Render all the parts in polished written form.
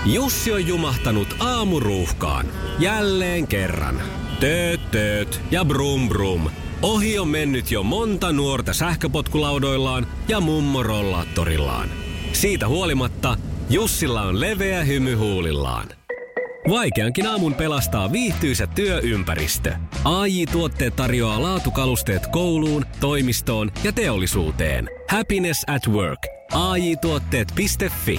Jussi on jumahtanut aamuruuhkaan. Jälleen kerran. Tööt ja brum brum. Ohi on mennyt jo monta nuorta sähköpotkulaudoillaan ja mummorollaattorillaan. Siitä huolimatta Jussilla on leveä hymy huulillaan. Vaikeankin aamun pelastaa viihtyisä työympäristö. AJ-tuotteet tarjoaa laatukalusteet kouluun, toimistoon ja teollisuuteen. Happiness at work. AJ-tuotteet.fi.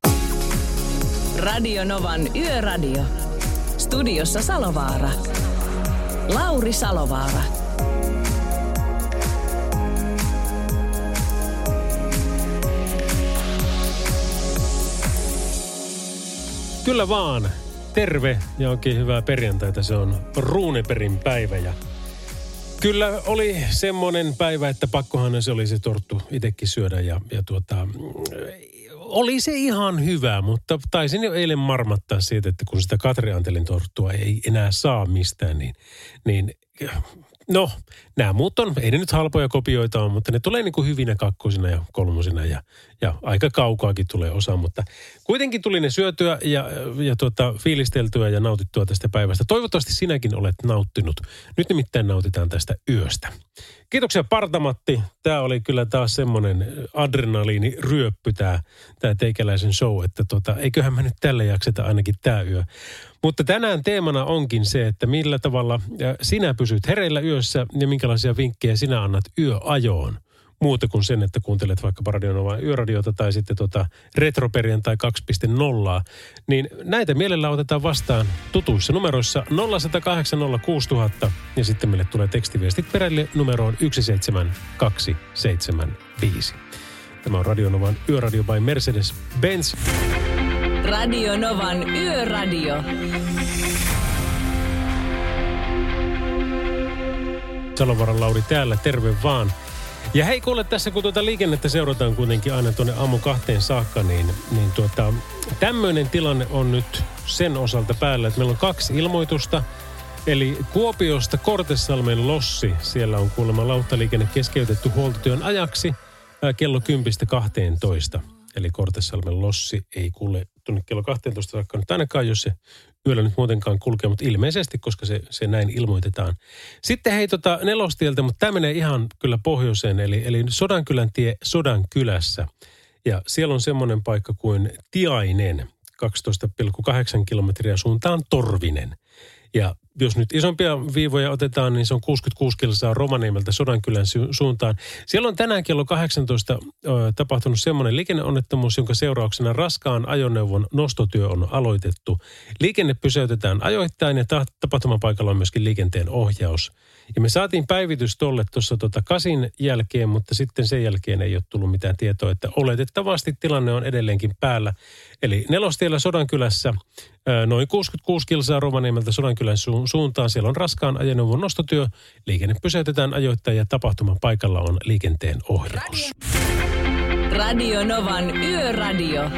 Radio Novan Yöradio. Studiossa Salovaara. Lauri Salovaara. Kyllä vaan. Terve ja oikein hyvää perjantaita. Se on Runebergin päivä ja kyllä oli semmoinen päivä, että pakkohan se oli se torttu itsekin syödä ja oli se ihan hyvä, mutta taisin jo eilen marmattaa siitä, että kun sitä Katri Antelin torttua ei enää saa mistään, niin no, nämä muut on, ei ne nyt halpoja kopioita on, mutta ne tulee niin kuin hyvinä kakkosina ja kolmosina ja aika kaukaakin tulee osa, mutta kuitenkin tuli ne syötyä ja fiilisteltyä ja nautittua tästä päivästä. Toivottavasti sinäkin olet nauttinut. Nyt nimittäin nautitaan tästä yöstä. Kiitoksia Partamatti. Tämä oli kyllä taas semmoinen adrenaliiniryöppy tämä teikäläisen show, että eiköhän mä nyt tällä jakseta ainakin tämä yö. Mutta tänään teemana onkin se, että millä tavalla sinä pysyt hereillä yössä ja minkälaisia vinkkejä sinä annat yöajoon. Muuta kuin sen, että kuuntelet vaikka Radio Novan yöradiota tai sitten Retroperjantai 2.0. Niin näitä mielellä otetaan vastaan tutuissa numeroissa 0806000 ja sitten meille tulee tekstiviestit perälle numeroon 17275. Tämä on Radio Novan yöradio by Mercedes-Benz. Radio Novan Yöradio. Salovaaran Lauri täällä, terve vaan. Ja hei kuule, tässä kun liikennettä seurataan kuitenkin aina tuonne aamu 2 saakka, niin tämmöinen tilanne on nyt sen osalta päällä, että meillä on 2 ilmoitusta. Eli Kuopiosta Kortesalmen Lossi, siellä on kuulemma lauttaliikenne keskeytetty huoltotyön ajaksi kello 10:12. Eli Kortesalmen Lossi ei kuule tuonne kello 12 saakka nyt ainakaan, jos se yöllä nyt muutenkaan kulkee, mutta ilmeisesti, koska se näin ilmoitetaan. Sitten hei Nelostieltä, mutta tämä menee ihan kyllä pohjoiseen, eli Sodankylän tie Sodankylässä. Ja siellä on semmoinen paikka kuin Tiainen, 12,8 kilometriä suuntaan Torvinen. Ja jos nyt isompia viivoja otetaan, niin se on 66 kilsaa Rovaniemeltä Sodankylän suuntaan. Siellä on tänään kello 18 tapahtunut semmoinen liikenneonnettomuus, jonka seurauksena raskaan ajoneuvon nostotyö on aloitettu. Liikenne pysäytetään ajoittain ja tapahtumapaikalla on myöskin liikenteen ohjaus. Ja me saatiin päivitys tolle tuossa 8 jälkeen, mutta sitten sen jälkeen ei ole tullut mitään tietoa, että oletettavasti tilanne on edelleenkin päällä. Eli Nelostiellä Sodankylässä noin 66 kilsaa Rovaniemeltä Sodankylän suuntaan. Siellä on raskaan ajoneuvon nostotyö. Liikenne pysäytetään ajoittain ja tapahtuman paikalla on liikenteen ohjaus. Radio Novan Yöradio.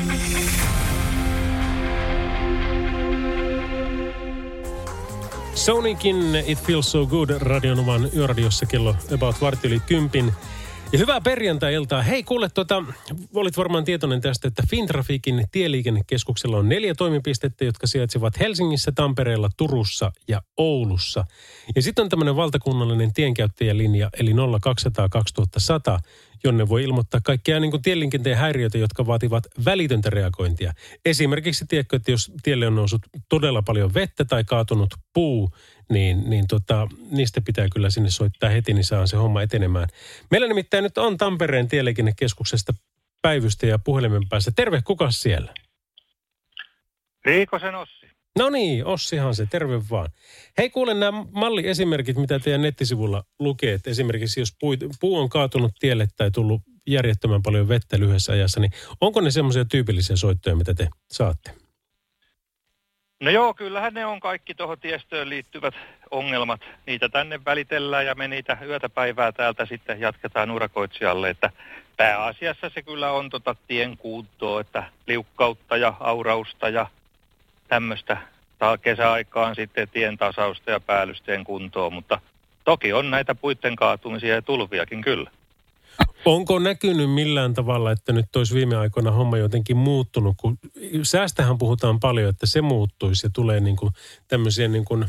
Sonicin It Feels So Good Radio Novan yöradiossa kello about 10:15. Ja hyvää perjantai-iltaa. Hei kuule, olit varmaan tietoinen tästä, että Fintrafikin tieliikennekeskuksella on 4 toimipistettä, jotka sijaitsevat Helsingissä, Tampereella, Turussa ja Oulussa. Ja sitten on tämmöinen valtakunnallinen tienkäyttäjälinja, eli 0200 2100, jonne voi ilmoittaa kaikkia niin kuin tieliikenteen häiriöitä, jotka vaativat välitöntä reagointia. Esimerkiksi tiedätkö, että jos tielle on noussut todella paljon vettä tai kaatunut puu, niin niistä pitää kyllä sinne soittaa heti, niin saa se homma etenemään. Meillä nimittäin nyt on Tampereen tieliikennekeskuksesta päivystäjä puhelimen päässä. Terve, kukas siellä? Riikosen Ossi. No niin, Ossihan se, terve vaan. Hei kuule, nämä malliesimerkit, mitä teidän nettisivulla lukee, että esimerkiksi jos puu on kaatunut tielle tai tullut järjettömän paljon vettä lyhyessä ajassa, niin onko ne semmoisia tyypillisiä soittoja, mitä te saatte? No joo, kyllähän ne on kaikki tuohon tiestöön liittyvät ongelmat. Niitä tänne välitellään ja me niitä yötä päivää täältä sitten jatketaan urakoitsijalle, että pääasiassa se kyllä on tien kuntoa, että liukkautta ja aurausta ja tämmöistä kesäaikaan sitten tien tasausta ja päällysteen kuntoa, mutta toki on näitä puitten kaatumisia ja tulviakin kyllä. Onko näkynyt millään tavalla, että nyt olisi viime aikoina homma jotenkin muuttunut, kun säästähän puhutaan paljon, että se muuttuisi ja tulee niin kuin tämmöisiä niin kuin,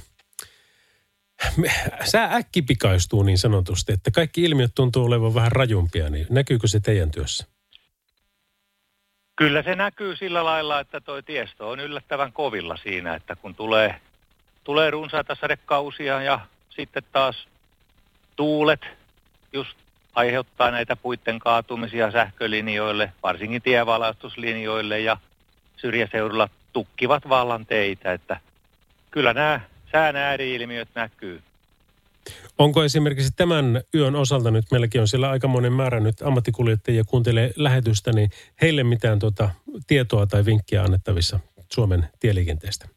sää äkkipikaistuu niin sanotusti, että kaikki ilmiöt tuntuu olevan vähän rajumpia, niin näkyykö se teidän työssä? Kyllä se näkyy sillä lailla, että toi tiestö on yllättävän kovilla siinä, että kun tulee runsaita sadekausia ja sitten taas tuulet just aiheuttaa näitä puitten kaatumisia sähkölinjoille, varsinkin tienvalaistuslinjoille ja syrjäseudulla tukkivat vallan teitä, että kyllä nämä sään ääri-ilmiöt näkyy. Onko esimerkiksi tämän yön osalta nyt, meilläkin on siellä aikamoinen määrä nyt ammattikuljettajia kuuntelee lähetystä, niin heille mitään tietoa tai vinkkiä annettavissa Suomen tieliikenteestä?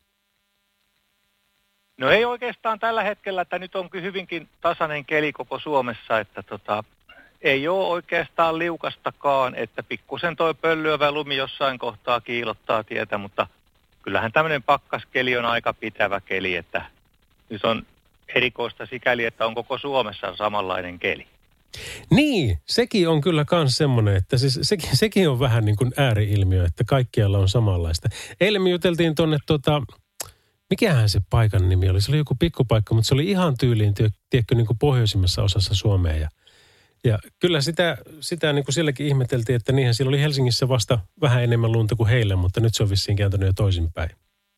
No ei oikeastaan tällä hetkellä, että nyt on hyvinkin tasainen keli koko Suomessa, että ei ole oikeastaan liukastakaan, että pikkusen toi pöllyävä lumi jossain kohtaa kiilottaa tietä, mutta kyllähän tämmöinen pakkaskeli on aika pitävä keli, että nyt on erikoista sikäli, että on koko Suomessa samanlainen keli. Niin, sekin on kyllä myös semmoinen, että siis sekin on vähän niin kuin ääri-ilmiö, että kaikkialla on samanlaista. Eilen me juteltiin tuonne mikähän se paikan nimi oli? Se oli joku pikkupaikka, mutta se oli ihan tyyliin, tiedätkö, niin kuin pohjoisimmassa osassa Suomea. Ja kyllä sitä niin kuin sielläkin ihmeteltiin, että niinhän siellä oli Helsingissä vasta vähän enemmän lunta kuin heillä, mutta nyt se on vissiin kääntynyt jo toisinpäin.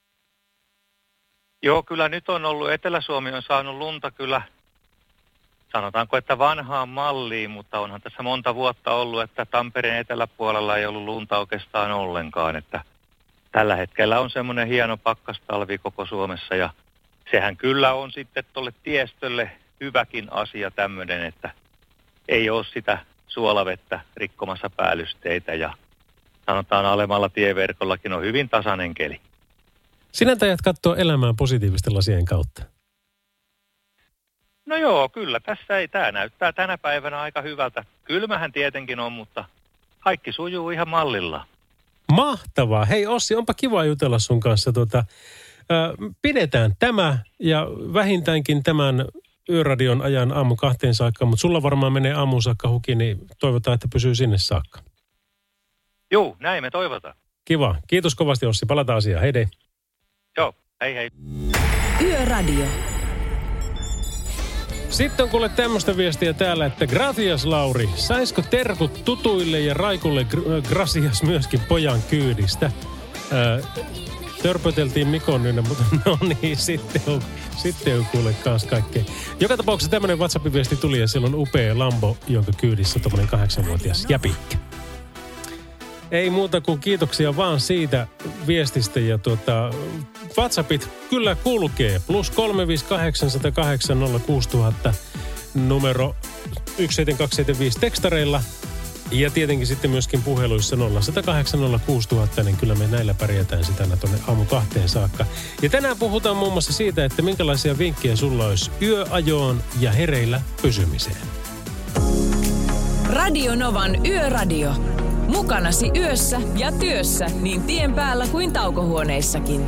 Joo, kyllä nyt on ollut, Etelä-Suomi on saanut lunta kyllä, sanotaanko, että vanhaan malliin, mutta onhan tässä monta vuotta ollut, että Tampereen eteläpuolella ei ollut lunta oikeastaan ollenkaan, että tällä hetkellä on semmoinen hieno pakkastalvi koko Suomessa ja sehän kyllä on sitten tuolle tiestölle hyväkin asia tämmöinen, että ei ole sitä suolavettä rikkomassa päällysteitä ja sanotaan alemmalla tieverkollakin on hyvin tasainen keli. Sinä tajat katsoa elämää positiivisten lasien kautta. No joo, kyllä. Tämä näyttää tänä päivänä aika hyvältä. Kylmähän tietenkin on, mutta kaikki sujuu ihan mallilla. Mahtavaa. Hei Ossi, onpa kiva jutella sun kanssa. Pidetään tämä ja vähintäänkin tämän Yöradion ajan aamu 2 saakka, mutta sulla varmaan menee aamuun saakka huki, niin toivotaan, että pysyy sinne saakka. Joo, näin me toivotaan. Kiva. Kiitos kovasti Ossi. Palataan asiaan. Hei. Joo, hei. Yöradio. Sitten on kuule tämmöistä viestiä täällä, että gratias Lauri, saisiko terkut tutuille ja Raikulle gratias myöskin pojan kyydistä? Törpöteltiin Mikon ynnä, mutta no niin, sitten on kuule kans kaikkea. Joka tapauksessa tämmöinen WhatsApp-viesti tuli ja siellä on upea Lambo, jonka kyydissä on tommonen 8-vuotias jäpikkä. Ei muuta kuin kiitoksia vaan siitä viestistä ja WhatsAppit kyllä kulkee. +358 108 06000 numero 17275 tekstareilla. Ja tietenkin sitten myöskin puheluissa 0108 06000, niin kyllä me näillä pärjätään sitä tuonne aamu 2 saakka. Ja tänään puhutaan muun muassa siitä, että minkälaisia vinkkejä sulla olisi yöajoon ja hereillä pysymiseen. Radio Novan Yöradio. Mukanasi yössä ja työssä niin tien päällä kuin taukohuoneissakin.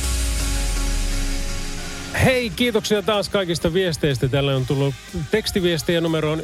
Hei, kiitoksia taas kaikista viesteistä. Täällä on tullut tekstiviestejä numeroon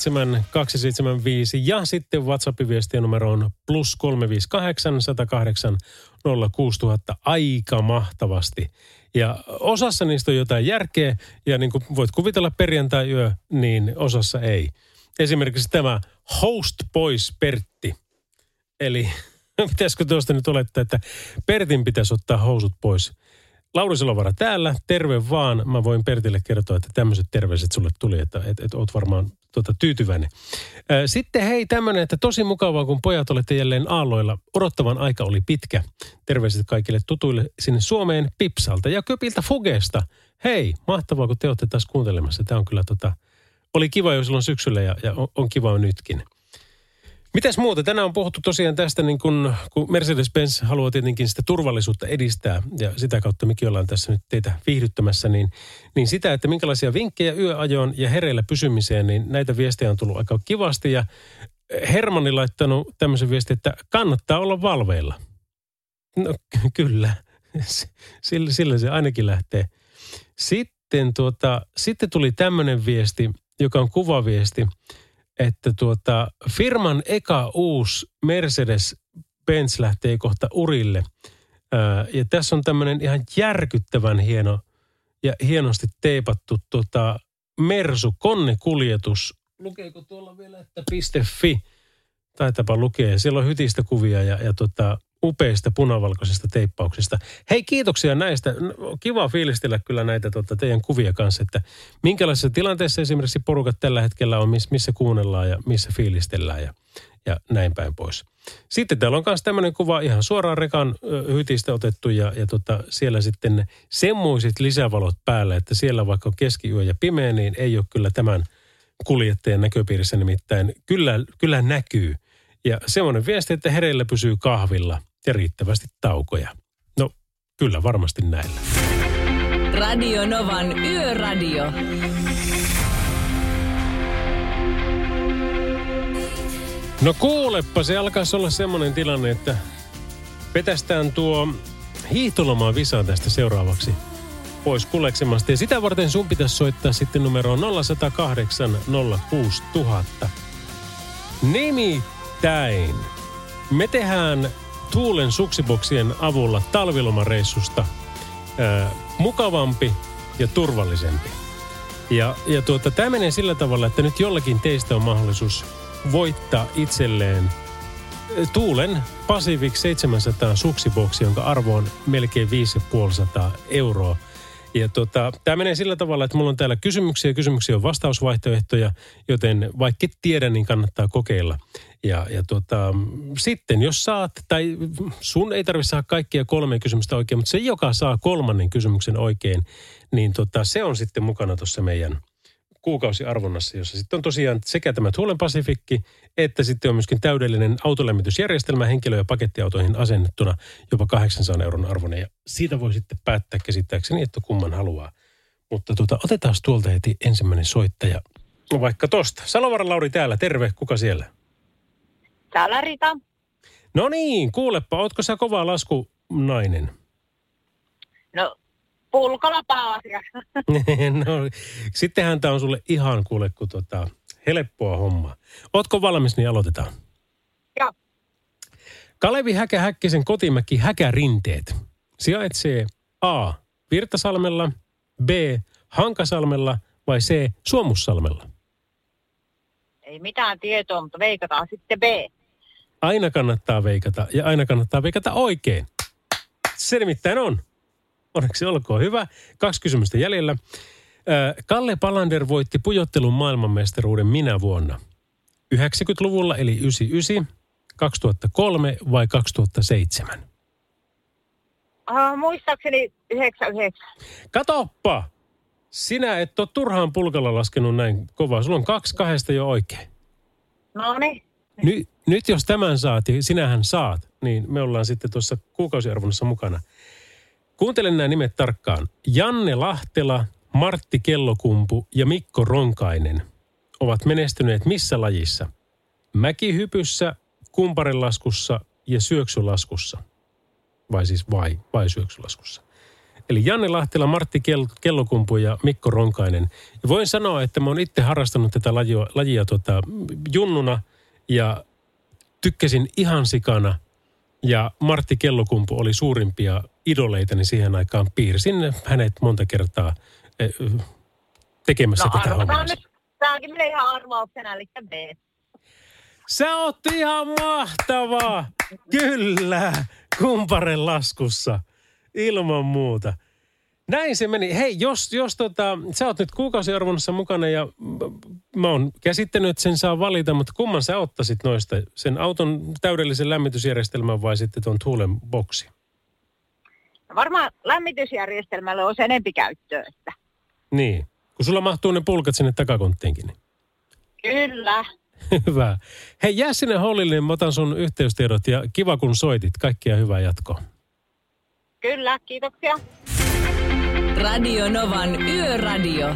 17275 ja sitten WhatsApp-viestiä numeroon +358 108 06000. Aika mahtavasti. Ja osassa niistä on jotain järkeä ja niin kuin voit kuvitella perjantai-yö, niin osassa ei. Esimerkiksi tämä Host Boys Pertti. Eli pitäisikö tuosta nyt olettaa, että Pertin pitäisi ottaa housut pois. Lauri Salovara täällä, terve vaan. Mä voin Pertille kertoa, että tämmöiset terveiset sulle tuli, että oot varmaan tyytyväinen. Sitten hei tämmöinen, että tosi mukavaa, kun pojat olette jälleen aalloilla. Odottavan aika oli pitkä. Terveiset kaikille tutuille sinne Suomeen Pipsalta ja Köpiltä Fugesta. Hei, mahtavaa, kun te olette taas kuuntelemassa. Tämä on kyllä oli kiva jo silloin syksyllä ja on kiva nytkin. Mitäs muuta? Tänään on puhuttu tosiaan tästä, niin kun Mercedes-Benz haluaa tietenkin sitä turvallisuutta edistää ja sitä kautta mekin ollaan tässä nyt teitä viihdyttämässä, niin sitä, että minkälaisia vinkkejä yöajoon ja hereillä pysymiseen, niin näitä viestejä on tullut aika kivasti ja Hermanni laittanut tämmöisen viestin, että kannattaa olla valveilla. No kyllä, sillä se ainakin lähtee. Sitten tuli tämmöinen viesti, joka on kuvaviesti. että firman eka uusi Mercedes-Benz lähtee kohta urille. Ja tässä on tämmöinen ihan järkyttävän hieno ja hienosti teipattu Mersu konnekuljetus. Lukeeko tuolla vielä, että .fi? Taitapa lukea. Ja siellä on hytistä kuvia ja upeista punavalkoisesta teippauksesta. Hei, kiitoksia näistä. Kiva fiilistellä kyllä näitä teidän kuvia kanssa, että minkälaisessa tilanteessa esimerkiksi porukat tällä hetkellä on, missä kuunnellaan ja missä fiilistellään ja näin päin pois. Sitten täällä on myös tämmöinen kuva ihan suoraan rekan hytistä otettu ja siellä sitten semmoiset lisävalot päällä, että siellä vaikka on keskiyö ja pimeä, niin ei ole kyllä tämän kuljettajan näköpiirissä, nimittäin kyllä näkyy. Ja semmoinen viesti, että hereillä pysyy kahvilla ja riittävästi taukoja. No, kyllä varmasti näillä. Radio Novan Yöradio. No kuulepa, se alkaisi olla semmoinen tilanne, että vetästään tuo hiihtolomaa visa tästä seuraavaksi pois kuleksemasta. Ja sitä varten sun pitäisi soittaa sitten numeroon 0108 06000. Nimittäin me tehdään Tuulen suksiboksien avulla talvilomareissusta mukavampi ja turvallisempi. Ja tämä menee sillä tavalla, että nyt jollakin teistä on mahdollisuus voittaa itselleen Tuulen Pacific 700 suksiboksi, jonka arvo on melkein 550 €. Ja tämä menee sillä tavalla, että mulla on täällä kysymyksiä on vastausvaihtoehtoja, joten vaikka et tiedä, niin kannattaa kokeilla. Ja sitten jos saat, tai sun ei tarvitse saada kaikkia 3 kysymystä oikein, mutta se, joka saa 3. kysymyksen oikein, niin se on sitten mukana tuossa meidän kuukausiarvonnassa, jossa sitten on tosiaan sekä tämä Tuulen Pacifikki, että sitten on myöskin täydellinen autolämmitysjärjestelmä henkilö- ja pakettiautoihin asennettuna jopa 800 € arvoinen. Ja siitä voi sitten päättää käsittääkseni, että kumman haluaa. Mutta otetaan tuolta heti ensimmäinen soittaja. Vaikka tosta. Salovaaran Lauri täällä. Terve. Kuka siellä? Täällä Rita. No niin, kuulepa. Ootko sä kova laskunainen? No, pulkalla pääasiassa. No, sittenhän tää on sulle ihan kuule, kun helppoa hommaa. Ootko valmis, niin aloitetaan. Joo. Kalevi Häkähäkkisen kotimäki Häkärinteet sijaitsee A. Virtasalmella, B. Hankasalmella vai C. Suomussalmella? Ei mitään tietoa, mutta veikataan sitten B. Aina kannattaa veikata ja aina kannattaa veikata oikein. Se nimittäin on. Onneksi olkoon hyvä. 2 kysymystä jäljellä. Kalle Palander voitti pujottelun maailmanmestaruuden minä vuonna? 90-luvulla eli 99, 2003 vai 2007? Muistaakseni 99. Katoppa! Sinä et ole turhaan pulkalla laskenut näin kovaa. Sulla on 2 2 jo oikein. No niin. Nyt jos tämän saat ja sinähän saat, niin me ollaan sitten tuossa kuukausiarvonnassa mukana. Kuuntele nämä nimet tarkkaan. Janne Lahtela, Martti Kellokumpu ja Mikko Ronkainen ovat menestyneet missä lajissa? Mäkihypyssä, kumparelaskussa ja syöksylaskussa. Vai syöksylaskussa. Eli Janne Lahtela, Martti Kellokumpu ja Mikko Ronkainen. Ja voin sanoa, että mä oon itse harrastanut tätä lajia junnuna ja tykkäsin ihan sikana. Ja Martti Kellokumpu oli suurimpia idoleitani siihen aikaan. Piirsin hänet monta kertaa tekemässä tätä hommaa. Tämäkin menee ihan arvauksena, eli B. Sä oot ihan mahtava! Kyllä, kumparen laskussa. Ilman muuta. Näin se meni. Hei, jos sä oot nyt kuukausiarvonnassa mukana ja mä oon käsittänyt, että sen saa valita, mutta kumman sä ottaisit noista? Sen auton täydellisen lämmitysjärjestelmän vai sitten tuon Tuulen boksi? Varmaan lämmitysjärjestelmälle olisi enempi käyttöä. Että. Niin, kun sulla mahtuu ne pulkat sinne takakonttiinkin. Kyllä. Hyvä. Hei, jää sinne hollille, niin mä otan sun yhteystiedot ja kiva kun soitit. Kaikkia hyvää jatkoa. Kyllä, kiitoksia. Radio Novan Yöradio.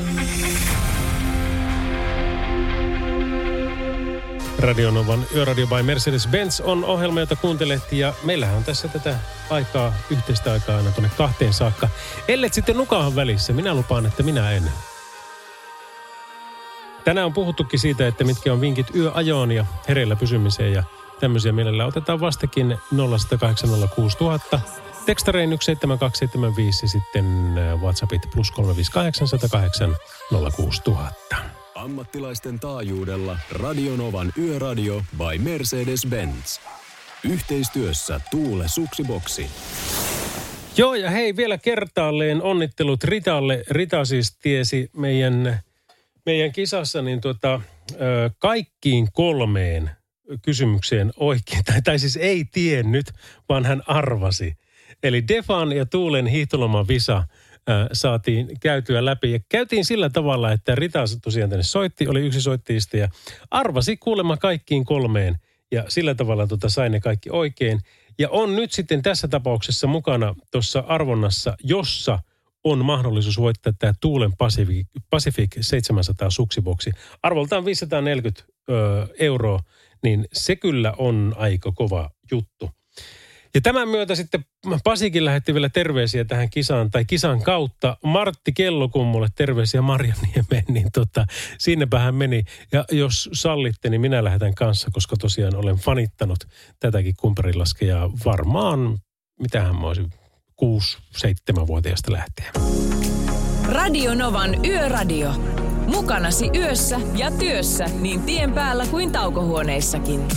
Radio Novan Yöradio by Mercedes-Benz on ohjelma, jota kuuntelet ja meillähän on tässä tätä yhteistä aikaa aina tuonne 2 saakka. Ellet sitten nukahan välissä, minä lupaan, että minä en. Tänään on puhuttukin siitä, että mitkä on vinkit yöajoon ja hereillä pysymiseen ja tämmöisiä mielellä otetaan vastakin 0806000. Tekstarein 17275 ja sitten WhatsAppit +358 108 06000. Ammattilaisten taajuudella Radionovan Yöradio by Mercedes-Benz. Yhteistyössä Tuule Suksiboksi. Joo, ja hei, vielä kertaalleen onnittelut Ritalle. Rita siis tiesi meidän kisassa niin kaikkiin 3 kysymykseen oikein. Tai siis ei tiennyt, vaan hän arvasi. Eli Defan ja Tuulen hiihtoloman visa saatiin käytyä läpi. Ja käytiin sillä tavalla, että Rita tosiaan tänne soitti, oli yksi soittajista ja arvasi kuulemma kaikkiin 3. Ja sillä tavalla sai ne kaikki oikein. Ja on nyt sitten tässä tapauksessa mukana tuossa arvonnassa, jossa on mahdollisuus voittaa tämä Tuulen Pacific 700 suksiboksi. Arvoltaan 540 euroa, niin se kyllä on aika kova juttu. Ja tämän myötä sitten Pasikin lähetti vielä terveisiä tähän kisaan, tai kisan kautta. Martti Kellokummulle terveisiä Marjaniemeen, niin sinnepä hän meni. Ja jos sallitte, niin minä lähetän kanssa, koska tosiaan olen fanittanut tätäkin kumparilaskejaa varmaan, mitähän mä olisin, 6-7-vuotiaasta lähtien. Radio Novan Yöradio. Mukanasi yössä ja työssä niin tien päällä kuin taukohuoneissakin.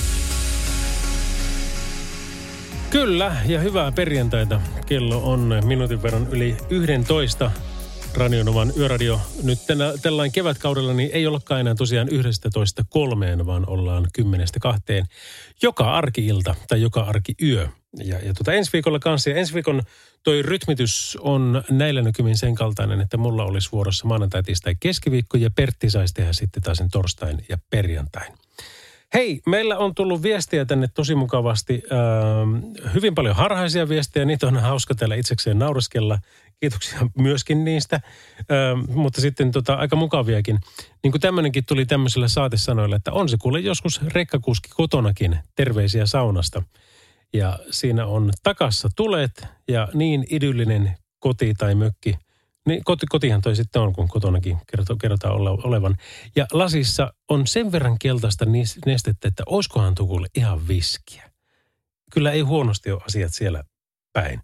Kyllä, ja hyvää perjantaita. Kello on minuutin verran yli 11. Radio Novan Yöradio. Nyt tällainen kevätkaudella niin ei ollakaan enää tosiaan 11:3, vaan ollaan 10:2 joka arki-ilta tai joka arki-yö. Ja ensi viikolla kanssa. Ja ensi viikon toi rytmitys on näillä näkymin sen kaltainen, että mulla olisi vuorossa maanantai, tiistai, keskiviikko ja Pertti saisi tehdä sitten taas sen torstain ja perjantain. Hei, meillä on tullut viestiä tänne tosi mukavasti. Hyvin paljon harhaisia viestejä, niitä on hauska täällä itsekseen nauraskella. Kiitoksia myöskin niistä, mutta sitten aika mukaviakin. Niin kuin tämmöinenkin tuli tämmöisellä saatesanoilla, että on se kuule joskus rekkakuski kotonakin, terveisiä saunasta. Ja siinä on takassa tulet ja niin idyllinen koti tai mökki. Niin kotihan toi sitten on, kun kotonakin kerrotaan olevan. Ja lasissa on sen verran keltaista nestettä, että oiskohan tukulle ihan viskiä. Kyllä ei huonosti ole asiat siellä päin.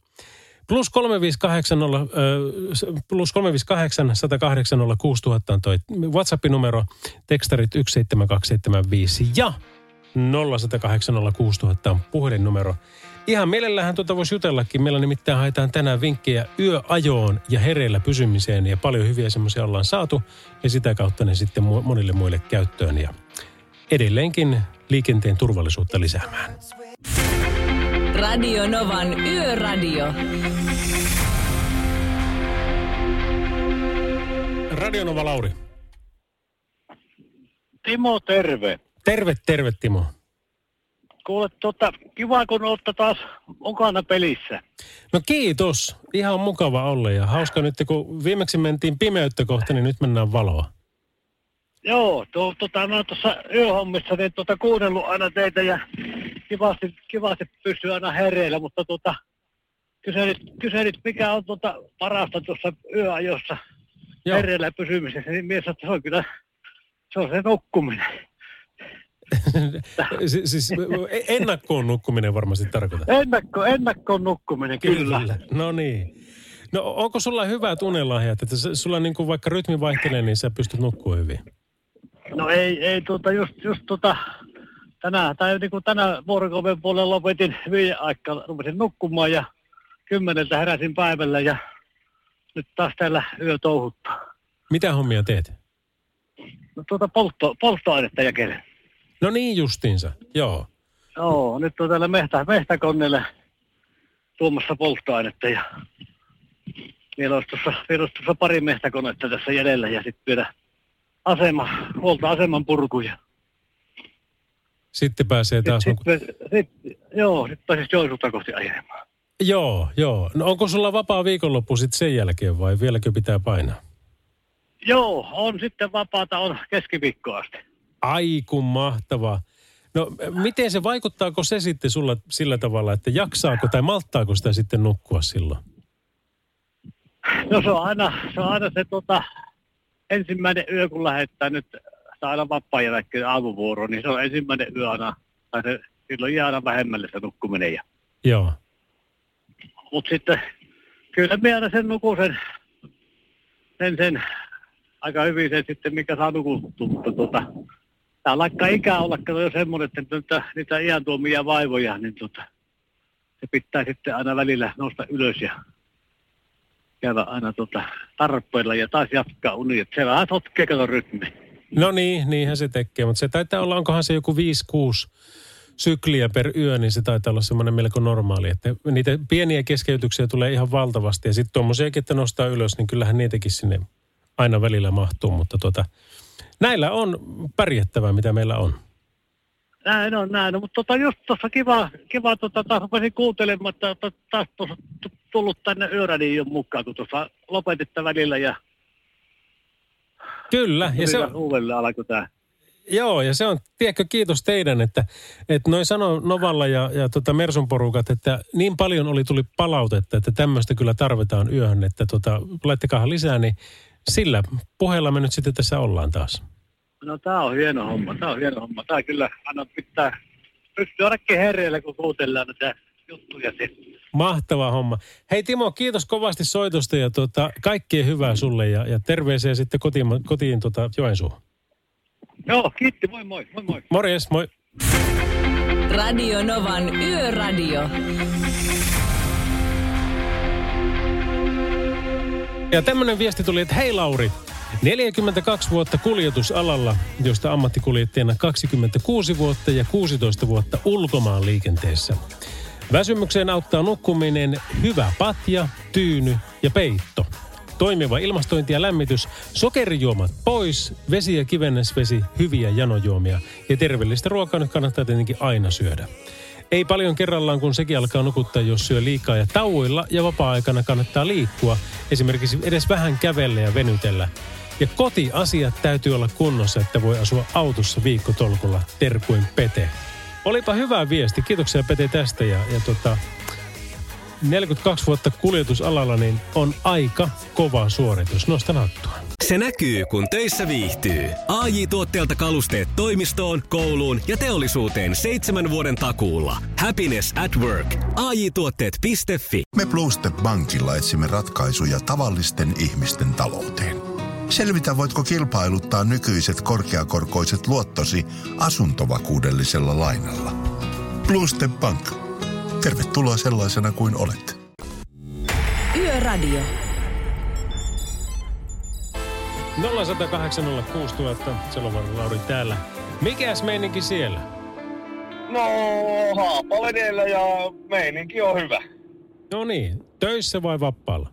+358 108 06000 on toi WhatsApp-numero, tekstarit 17275 ja 0108 06000 on puhelinnumero. Ihan mielellähän voisi jutellakin. Meillä nimittäin haetaan tänään vinkkejä yöajoon ja hereillä pysymiseen. Ja paljon hyviä semmoisia ollaan saatu. Ja sitä kautta ne sitten monille muille käyttöön. Ja edelleenkin liikenteen turvallisuutta lisäämään. Radio Novan Yöradio. Radio Nova Lauri. Timo, terve. Terve Timo. Kuule, kiva kun olette taas mukana pelissä. No kiitos. Ihan mukava olla ja hauska nyt, kun viimeksi mentiin pimeyttä kohta, niin nyt mennään valoa. Joo, mä tuossa yöhommissa niin kuunnellut aina teitä ja kivasti pysyy aina hereillä, mutta kyselit mikä on parasta tuossa yöajossa hereillä pysymisessä, niin mies että se on se nukkuminen. Siis ennakkoon nukkuminen varmasti tarkoittaa. Ennakkoon nukkuminen, kyllä. No niin. No onko sulla hyvät unelahjat, että sulla niin kuin vaikka rytmi vaihtelee, niin sä pystyt nukkumaan hyvin? No ei just tänä vuorokauden puolella lopetin 5 aikaa, rupesin nukkumaan ja 10 heräsin päivällä ja nyt taas täällä yö touhuttaa. Mitä hommia teet? No polttoainetta jakelen. No niin justiinsa, joo. Joo, nyt on täällä mehtäkoneella tuomassa polttoainetta ja vielä olisi tuossa pari mehtäkonetta tässä jäljellä ja sitten vielä huoltoaseman purkuja. Sitten pääsee taas... Sitten pääsisi Joensuuta kohti ajamaan. Joo. No onko sulla vapaa viikonloppu sitten sen jälkeen vai vieläkö pitää painaa? Joo, on sitten vapaata, on keskiviikkoa asti. Ai kun mahtavaa. No miten se, vaikuttaako se sitten sulla sillä tavalla, että jaksaako tai malttaako sitä sitten nukkua silloin? No se on aina se ensimmäinen yö, kun lähdetään nyt laittaa aina vapaan jälkeen aamuvuoroon, niin se on ensimmäinen yö aina, tai silloin jää aina vähemmälle se nukkuminen. Joo. Mutta sitten kyllä minä aina sen nukun sen aika hyvin sen sitten, mikä saa nukuttua, mutta tää laikkaa ikää olla jo semmoinen, että niitä iän tuomia vaivoja, niin se pitää sitten aina välillä nousta ylös ja käydä aina tarpeilla ja taas jatkaa unia. Että se vähän sotkee kato rytmi. No niin, niinhän se tekee, mutta se taitaa olla, onkohan se joku 5-6 sykliä per yö, niin se taitaa olla semmoinen melko normaali. Että niitä pieniä keskeytyksiä tulee ihan valtavasti ja sitten tuommoisiakin, että nostaa ylös, niin kyllähän niitäkin sinne aina välillä mahtuu, mutta näillä on pärjättävää, mitä meillä on. Näin on, mutta just tuossa kiva taas rupesin kuuntelemaan, että taas tuossa tullut tänne Yöradion mukaan, kun tuossa lopetitte välillä ja... Kyllä, ja se on... Uudelleen alkoi tää. Joo, ja se on, tiedätkö, kiitos teidän, että noin sanoi Novalla ja Mersun porukat, että niin paljon tuli palautetta, että tämmöistä kyllä tarvitaan yöhön, että laittakaa lisää, niin sillä puheella me nyt sitten tässä ollaan taas. No tää on hieno homma. Tää kyllä aina pitää pystyä rakki herreille, kun kuutellaan näitä juttuja sitten. Mahtava homma. Hei Timo, kiitos kovasti soitosta ja kaikkea hyvää sulle ja terveisiä sitten kotiin Joensuuhun. Joo, kiitti, moi. Morjes, moi. Radio Novan Yöradio. Ja tämmönen viesti tuli, että hei Lauri, 42 vuotta kuljetusalalla, josta ammattikuljettajana 26 vuotta ja 16 vuotta ulkomaan liikenteessä. Väsymykseen auttaa nukkuminen, hyvä patja, tyyny ja peitto. Toimiva ilmastointi ja lämmitys, sokerijuomat pois, vesi ja kivennäisvesi, hyviä janojuomia. Ja terveellistä ruokaa nyt kannattaa tietenkin aina syödä. Ei paljon kerrallaan, kun sekin alkaa nukuttaa, jos syö liikaa. Ja tauoilla ja vapaa-aikana kannattaa liikkua, esimerkiksi edes vähän kävellä ja venytellä. Ja kotiasiat täytyy olla kunnossa, että voi asua autossa viikkotolkulla. Terkuin Pete. Olipa hyvä viesti. Kiitoksia Pete tästä. Ja 42 vuotta kuljetusalalla niin on aika kova suoritus. Nostan hattua. Se näkyy, kun töissä viihtyy. AJ-tuotteelta kalusteet toimistoon, kouluun ja teollisuuteen 7 vuoden takuulla. Happiness at work. AJ-tuotteet.fi. Me Bluestep Bankilla etsimme ratkaisuja tavallisten ihmisten talouteen. Selvitä, voitko kilpailuttaa nykyiset korkeakorkoiset luottosi asuntovakuudellisella lainalla. Bluestep Bank. Tervetuloa sellaisena kuin olet. Yöradio. 0806000, Selovaara Lauri täällä. Mikäs meininki siellä? No, haapa edellä ja meininki on hyvä. No niin, töissä vai vapaalla?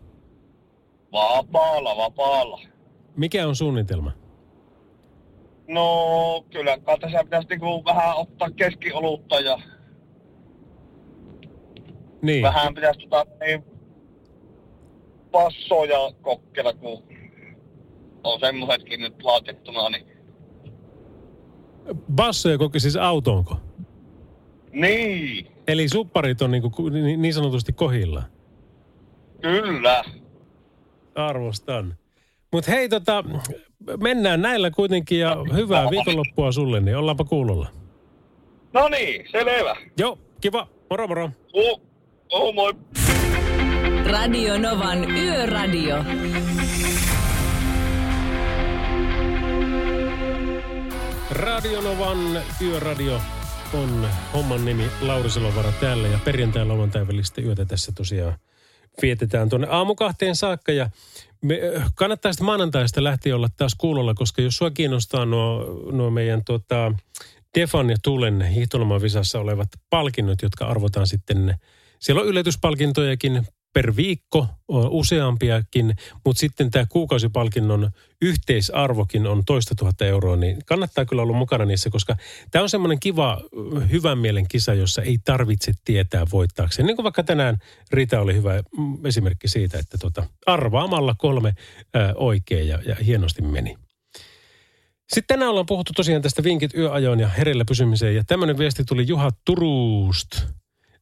Vapaalla. Mikä on suunnitelma? No, kyllä tässä pitäisi niinku vähän ottaa keskiolutta ja Niin. vähän pitäisi passoja kokkella, kun on semmoisetkin nyt laitettuna, niin... Bassoja koki siis autoonko? Niin. Eli supparit on niin sanotusti kohilla? Kyllä. Arvostan. Mutta hei, mennään näillä kuitenkin ja hyvää viikonloppua sulle, niin ollaanpa kuulolla. No niin, selvä. Joo, kiva. Moro. Moi. Radio Novan Yöradio. Radio Novan Yöradio on homman nimi. Lauri Selovaara täällä ja perjantai lauantai välistä yötä tässä tosiaan vietetään tuonne aamukahteen saakka ja kannattaa sitten maanantaista lähtien olla taas kuulolla, koska jos sua kiinnostaa nuo meidän Defan ja Tulen hiihtolomavisassa olevat palkinnot, jotka arvotaan sitten, siellä on yllätyspalkintojakin per viikko, useampiakin, mutta sitten tämä kuukausipalkinnon yhteisarvokin on 2 000 euroa, niin kannattaa kyllä olla mukana niissä, koska tämä on semmoinen kiva, hyvän mielen kisa, jossa ei tarvitse tietää voittaakseen. Niin kuin vaikka tänään Rita oli hyvä esimerkki siitä, että arvaamalla 3 oikein ja hienosti meni. Sitten tänään ollaan puhuttu tosiaan tästä vinkit yöajoon ja hereillä pysymiseen, ja tämmöinen viesti tuli Juha Turusta.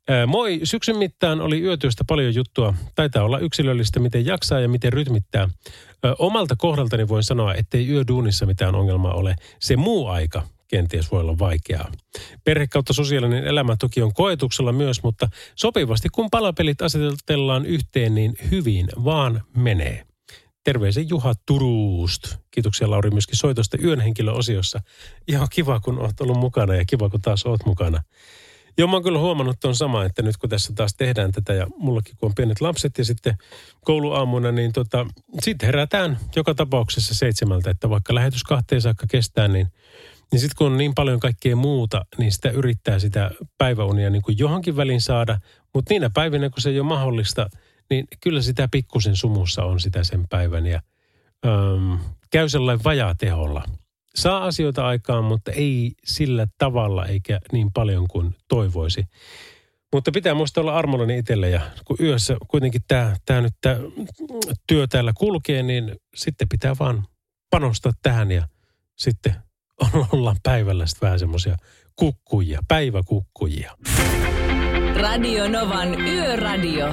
Moi, syksyn mittaan oli yötyöstä paljon juttua. Taitaa olla yksilöllistä, miten jaksaa ja miten rytmittää. Omalta kohdaltani voin sanoa, ettei yöduunissa mitään ongelmaa ole. Se muu aika kenties voi olla vaikeaa. Perhe kautta sosiaalinen elämä toki on koetuksella myös, mutta sopivasti kun palapelit asetellaan yhteen, niin hyvin vaan menee. Terveisen Juha Turusta. Kiitoksia Lauri myöskin soitosta yön henkilöosiossa. Ihan kiva, kun olet ollut mukana ja kiva, kun taas olet mukana. Joo, mä oon kyllä huomannut tuon sama, että nyt kun tässä taas tehdään tätä ja mullakin kun on pienet lapset ja sitten kouluaamuna, niin sitten herätään joka tapauksessa 7, että vaikka lähetys 2 saakka kestää, niin sitten kun on niin paljon kaikkea muuta, niin sitä yrittää sitä päiväunia niin kuin johonkin väliin saada, mutta niinä päivinä, kun se ei ole mahdollista, niin kyllä sitä pikkusen sumussa on sitä sen päivän ja käy sellainen vajaateholla. Saa asioita aikaan, mutta ei sillä tavalla eikä niin paljon kuin toivoisi. Mutta pitää muistaa olla armollinen itselle ja kun yössä kuitenkin tämä työ täällä kulkee, niin sitten pitää vaan panostaa tähän ja sitten ollaan päivällä sitten vähän semmoisia kukkujia, päiväkukkujia. Radio Novan Yöradio.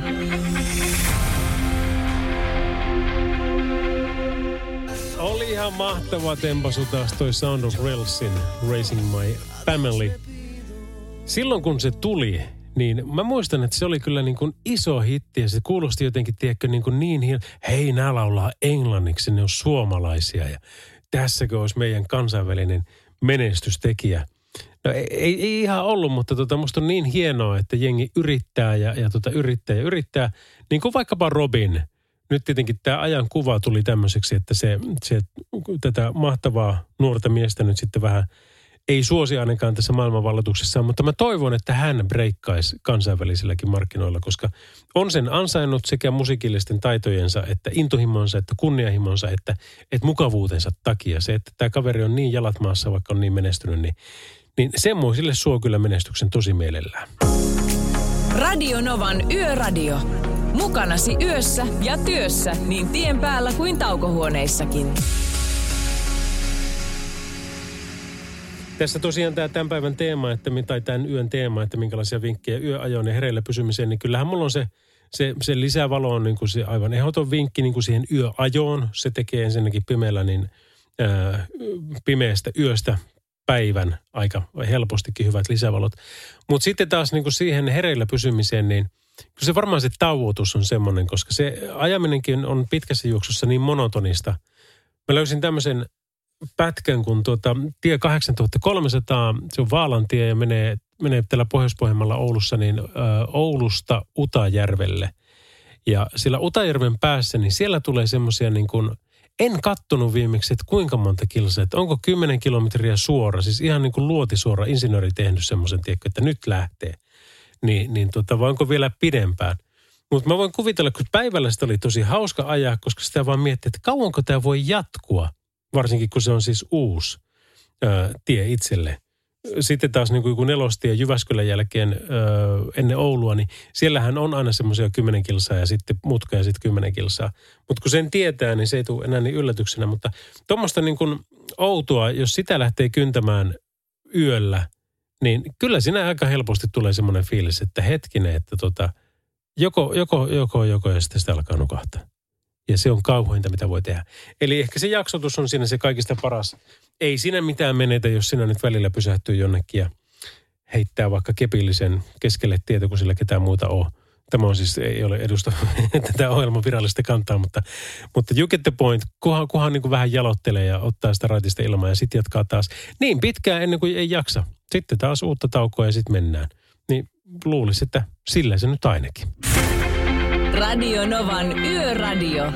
Oli ihan mahtava tempasu taas toi Sound of Railsin Raising My Family. Silloin kun se tuli, niin mä muistan, että se oli kyllä niin kuin iso hitti ja se kuulosti jotenkin, tiedätkö, niin hei, nää laulaa englanniksi, ne on suomalaisia ja tässäkö olisi meidän kansainvälinen menestystekijä. No ei ihan ollut, mutta musta on niin hienoa, että jengi yrittää ja yrittää, niin kuin vaikkapa Robin. Nyt tietenkin tämä ajan kuva tuli tämmöiseksi, että se tätä mahtavaa nuorta miestä nyt sitten vähän ei suosi ainakaan tässä maailmanvallatuksessa, mutta mä toivon, että hän breikkaisi kansainvälisilläkin markkinoilla, koska on sen ansainnut sekä musiikillisten taitojensa, että intohimonsa, että kunnianhimonsa, että mukavuutensa takia. Se, että tämä kaveri on niin jalat maassa, vaikka on niin menestynyt, niin semmoisille suo kyllä menestyksen tosi mielellään. Radio Novan Yöradio. Mukanasi yössä ja työssä niin tien päällä kuin taukohuoneissakin. Tässä tosiaan tämä tämän päivän teema, tai tämän yön teema, että minkälaisia vinkkejä yöajoon ja hereillä pysymiseen, niin kyllähän mulla on se lisävalo on niin kuin se aivan ehdoton vinkki niin kuin siihen yöajoon. Se tekee ensinnäkin pimeällä niin pimeästä yöstä päivän aika helpostikin hyvät lisävalot. Mutta sitten taas niin kuin siihen hereillä pysymiseen, niin kyllä se varmaan se tauotus on semmoinen, koska se ajaminenkin on pitkässä juoksussa niin monotonista. Mä löysin tämmöisen pätkän, kun tie 8300, se on Vaalantie ja menee täällä Pohjois-Pohjanmaalla Oulussa, niin Oulusta Utajärvelle. Ja sillä Utajärven päässä, niin siellä tulee semmoisia niin kuin, en kattonut viimeksi, että kuinka monta kilsaa, että onko 10 kilometriä suora, siis ihan niin kuin luotisuora, insinööri tehnyt semmoisen, tiedätkö, että nyt lähtee. Vai onko vielä pidempään? Mutta mä voin kuvitella, kun päivällä sitä oli tosi hauska ajaa, koska sitä vaan miettii, että kauanko tämä voi jatkua, varsinkin kun se on siis uusi tie itselle. Sitten taas niin kuin nelostie Jyväskylän jälkeen ennen Oulua, niin siellähän on aina semmoisia 10 kilsaa ja sitten mutka ja sitten 10 kilsaa. Mutta kun sen tietää, niin se ei tule enää niin yllätyksenä. Mutta tuommoista niin kuin outoa, jos sitä lähtee kyntämään yöllä, niin kyllä siinä aika helposti tulee semmoinen fiilis, että hetkinen, että joko ja sitten sitä alkaa nukahtaa. Ja se on kauheinta, mitä voi tehdä. Eli ehkä se jaksotus on siinä se kaikista paras. Ei siinä mitään menetä, jos sinä nyt välillä pysähtyy jonnekin ja heittää vaikka kepillisen keskelle tietä, kun sillä ketään muuta on. Tämä on siis, ei ole edusta tätä ohjelman virallista kantaa, mutta you get the point. Kunhan niin kuin vähän jalottelee ja ottaa sitä raitista ilmaa ja sitten jatkaa taas niin pitkään ennen kuin ei jaksa. Sitten taas uutta taukoa ja sitten mennään. Niin luulisi, että sillä se nyt ainakin. Radio Novan Yöradio.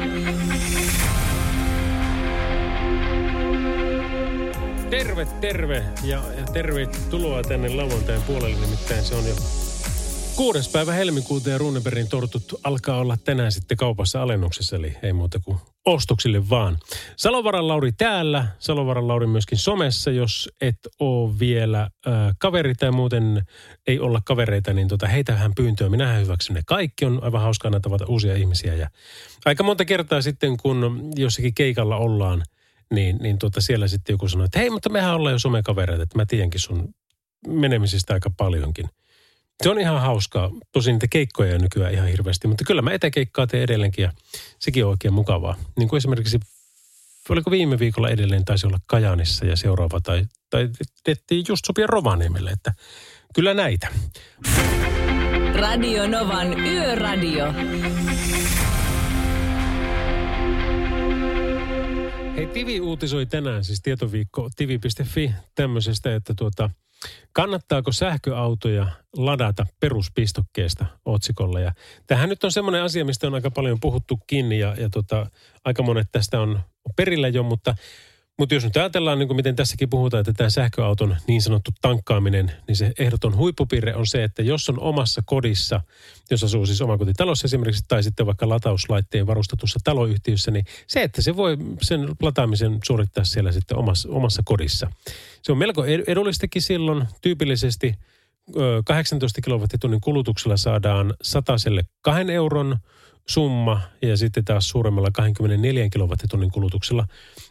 Terve ja tervetuloa tänne lauantain puolelle, nimittäin se on jo 6. päivä helmikuuta ja Runebergin tortut alkaa olla tänään sitten kaupassa alennuksessa, eli ei muuta kuin ostoksille vaan. Salovaran Lauri täällä, Salovaran Lauri myöskin somessa, jos et ole vielä kaveri tai muuten ei olla kavereita, niin heitähän pyyntöä. Minähän hyväksyn ne kaikki, on aivan hauskaa aina tavata uusia ihmisiä ja aika monta kertaa sitten, kun jossakin keikalla ollaan, niin siellä sitten joku sanoo, että hei, mutta mehän ollaan jo somekavereita, että mä tiedänkin sun menemisistä aika paljonkin. Se on ihan hauskaa. Tosin niitä keikkoja on nykyään ihan hirveästi, mutta kyllä mä etäkeikkaa teen edelleenkin ja sekin on oikein mukavaa. Niin kuin esimerkiksi, oliko viime viikolla edelleen taisi olla Kajaanissa ja seuraava tai tehtiin just sopia Rovaniemelle, että kyllä näitä. Radio Novan Yöradio. Hei, Tivi uutisoi tänään, siis tietoviikko tivi.fi tämmöisestä, että kannattaako sähköautoja ladata peruspistokkeesta otsikolla. Ja tämähän nyt on semmoinen asia, mistä on aika paljon puhuttukin ja aika monet tästä on perillä jo, mutta jos nyt ajatellaan, niin kuin miten tässäkin puhutaan, että tämä sähköauton niin sanottu tankkaaminen, niin se ehdoton huippupiirre on se, että jos on omassa kodissa, jos asuu siis omakotitalossa esimerkiksi, tai sitten vaikka latauslaitteen varustetussa taloyhtiössä, niin se, että se voi sen lataamisen suorittaa siellä sitten omassa kodissa. Se on melko edullistakin silloin. Tyypillisesti 18 kilowattitunnin kulutuksella saadaan 2 euron summa ja sitten taas suuremmalla 24 kilowattitunnin kulutuksella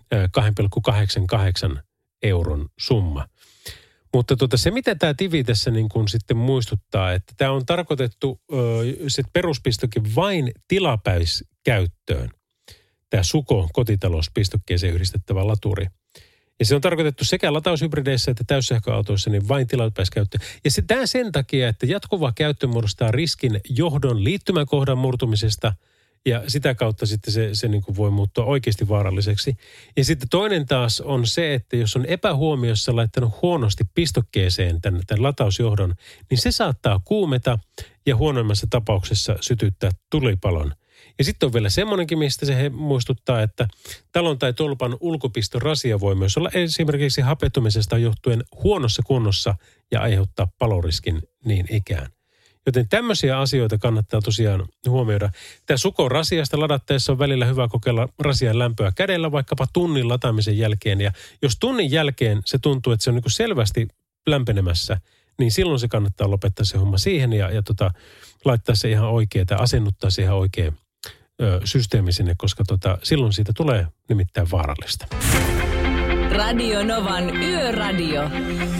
2,88 euron summa. Mutta se, mitä tämä Tivi tässä niin kuin sitten muistuttaa, että tämä on tarkoitettu peruspistokin vain tilapäiskäyttöön. Tämä Suko kotitalouspistokkeeseen yhdistettävä laturi. Ja se on tarkoitettu sekä lataushybrideissä että täyssähköautoissa niin vain tilapäiskäyttöön. Ja tämä sen takia, että jatkuva käyttö muodostaa riskin johdon liittymäkohdan murtumisesta ja sitä kautta sitten se niin kuin voi muuttua oikeasti vaaralliseksi. Ja sitten toinen taas on se, että jos on epähuomiossa laittanut huonosti pistokkeeseen tämän latausjohdon, niin se saattaa kuumeta ja huonoimmassa tapauksessa sytyttää tulipalon. Ja sitten on vielä semmoinenkin, mistä se muistuttaa, että talon tai tolpan ulkopistorasia voi myös olla esimerkiksi hapettumisesta johtuen huonossa kunnossa ja aiheuttaa paloriskin niin ikään. Joten tämmöisiä asioita kannattaa tosiaan huomioida. Tämä Suko rasiasta ladattaessa on välillä hyvä kokeilla rasian lämpöä kädellä vaikkapa tunnin lataamisen jälkeen. Ja jos tunnin jälkeen se tuntuu, että se on niin kuin selvästi lämpenemässä, niin silloin se kannattaa lopettaa se homma siihen ja laittaa se ihan oikein tai asennuttaa se ihan oikein systeemi sinne, koska silloin siitä tulee nimittäin vaarallista. Radio Novan Yöradio.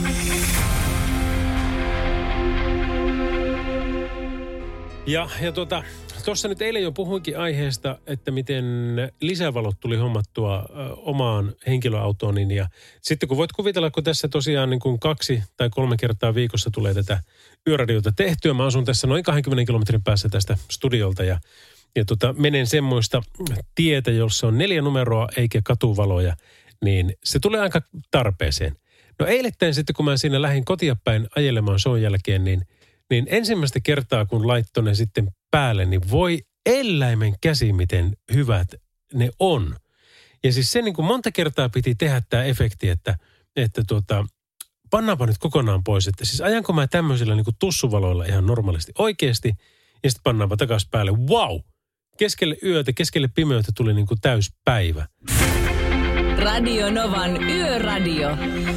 Ja tuossa nyt eilen jo puhuinkin aiheesta, että miten lisävalot tuli hommattua omaan henkilöautoon. Ja sitten kun voit kuvitella, kun tässä tosiaan niin kuin 2 tai 3 kertaa viikossa tulee tätä yöradiota tehtyä. Mä asun tässä noin 20 kilometrin päässä tästä studiolta ja menen semmoista tietä, jossa on 4 numeroa eikä katuvaloja, niin se tulee aika tarpeeseen. No eilettäin sitten, kun mä siinä lähdin kotia päin ajelemaan shown jälkeen, niin ensimmäistä kertaa, kun laittoi ne sitten päälle, niin voi eläimen käsi, miten hyvät ne on. Ja siis se niin kuin monta kertaa piti tehdä tämä efekti, että pannaanpa nyt kokonaan pois, että siis ajanko mä tämmöisillä niin kuin tussuvaloilla ihan normaalisti oikeasti, ja sitten pannaanpa takaisin päälle. Wow! Keskelle yötä, keskelle pimeyttä tuli niin kuin täyspäivä. Radio Novan Yöradio.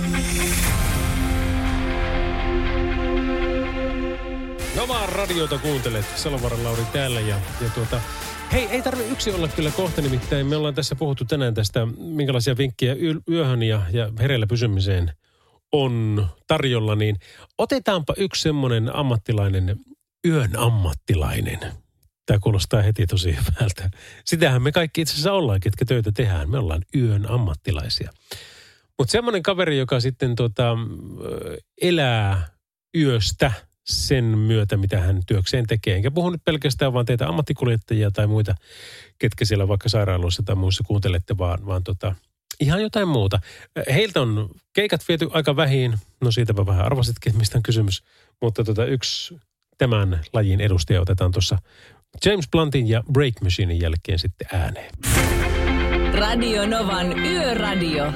Novaa radiota kuuntelet. Salovaran Lauri täällä ja hei, ei tarvitse yksi olla kyllä kohta, nimittäin me ollaan tässä puhuttu tänään tästä, minkälaisia vinkkejä yöhön ja hereillä pysymiseen on tarjolla, niin otetaanpa yksi semmoinen ammattilainen, yön ammattilainen. Tämä kuulostaa heti tosi hyvältä. Sitähän me kaikki itse asiassa ollaan, ketkä töitä tehdään. Me ollaan yön ammattilaisia. Mutta semmoinen kaveri, joka sitten elää yöstä sen myötä, mitä hän työkseen tekee. Enkä puhu nyt pelkästään vaan teitä ammattikuljettajia tai muita, ketkä siellä vaikka sairaaloissa tai muissa kuuntelette, vaan ihan jotain muuta. Heiltä on keikat viety aika vähin. No siitäpä vähän arvasitkin, mistä on kysymys. Mutta yksi tämän lajin edustaja otetaan tuossa James Bluntin ja Break Machinein jälkeen sitten ääneen. Radio Novan Yöradio.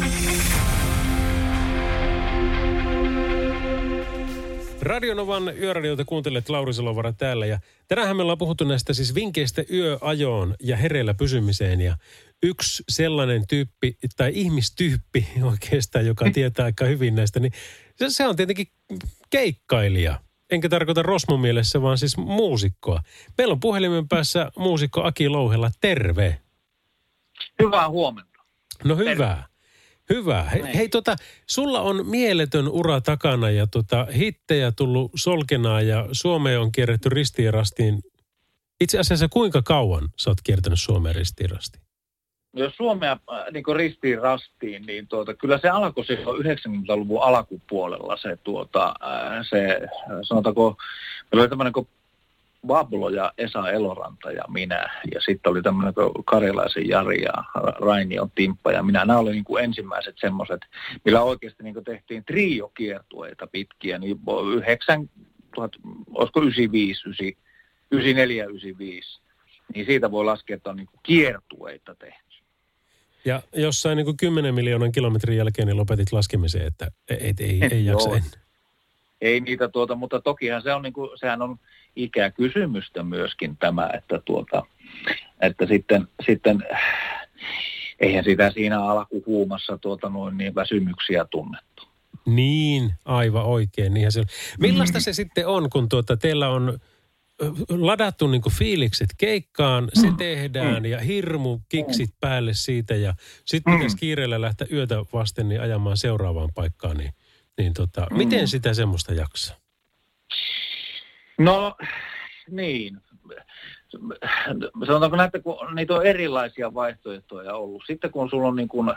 Radio Novan Yöradiota kuuntelet Lauri Salovara täällä ja tänäänhän me ollaan puhuttu näistä siis vinkkeistä yöajoon ja hereillä pysymiseen ja yksi sellainen tyyppi tai ihmistyyppi oikeastaan, joka tietää aika hyvin näistä, niin se on tietenkin keikkailija. Enkä tarkoita Rosmon mielessä, vaan siis muusikkoa. Meillä on puhelimen päässä muusikko Aki Louhela. Terve. Hyvää huomenta. No hyvää. Hyvä. Hei sulla on mieletön ura takana ja hittejä tullut solkenaa ja Suomeen on kierretty ristiin ja rastiin. Itse asiassa kuinka kauan sä oot kiertänyt Suomeen ristiin rastiin? Jos Suomea niin ristiin rastiin, niin kyllä se alkoi silloin 90-luvun alkupuolella se sanotaanko, meillä oli tämmöinen kuin Bablo ja Esa Eloranta ja minä, ja sitten oli tämmöinen kuin Karjalaisen Jari ja Rainion Timppa ja minä. Nämä oli niin kuin ensimmäiset semmoiset, millä oikeasti niin kuin tehtiin triokiertueita pitkiä, niin 95, 94, 95, niin siitä voi laskea, että on niin kuin kiertueita tehty. Ja jossain niin kuin 10 miljoonan kilometrin jälkeen niin lopetit laskemisen, että ei jaksa enää. Ei niitä mutta tokihan se on niin kuin, sehän on ikäkysymystä myöskin tämä, että sitten eihän sitä siinä alkuhuumassa niin väsymyksiä tunnettu. Niin, aivan oikein. Niinhän se on. Millaista se sitten on, kun teillä on ladattu niin kuin fiilikset keikkaan, se tehdään ja hirmu kiksit päälle siitä ja sitten pitäisi kiireellä lähteä yötä vasten niin ajamaan seuraavaan paikkaan, miten sitä semmoista jaksaa? No niin, sanotaanko näitä, kun niitä on erilaisia vaihtoehtoja ollut. Sitten kun sulla on niin kuin,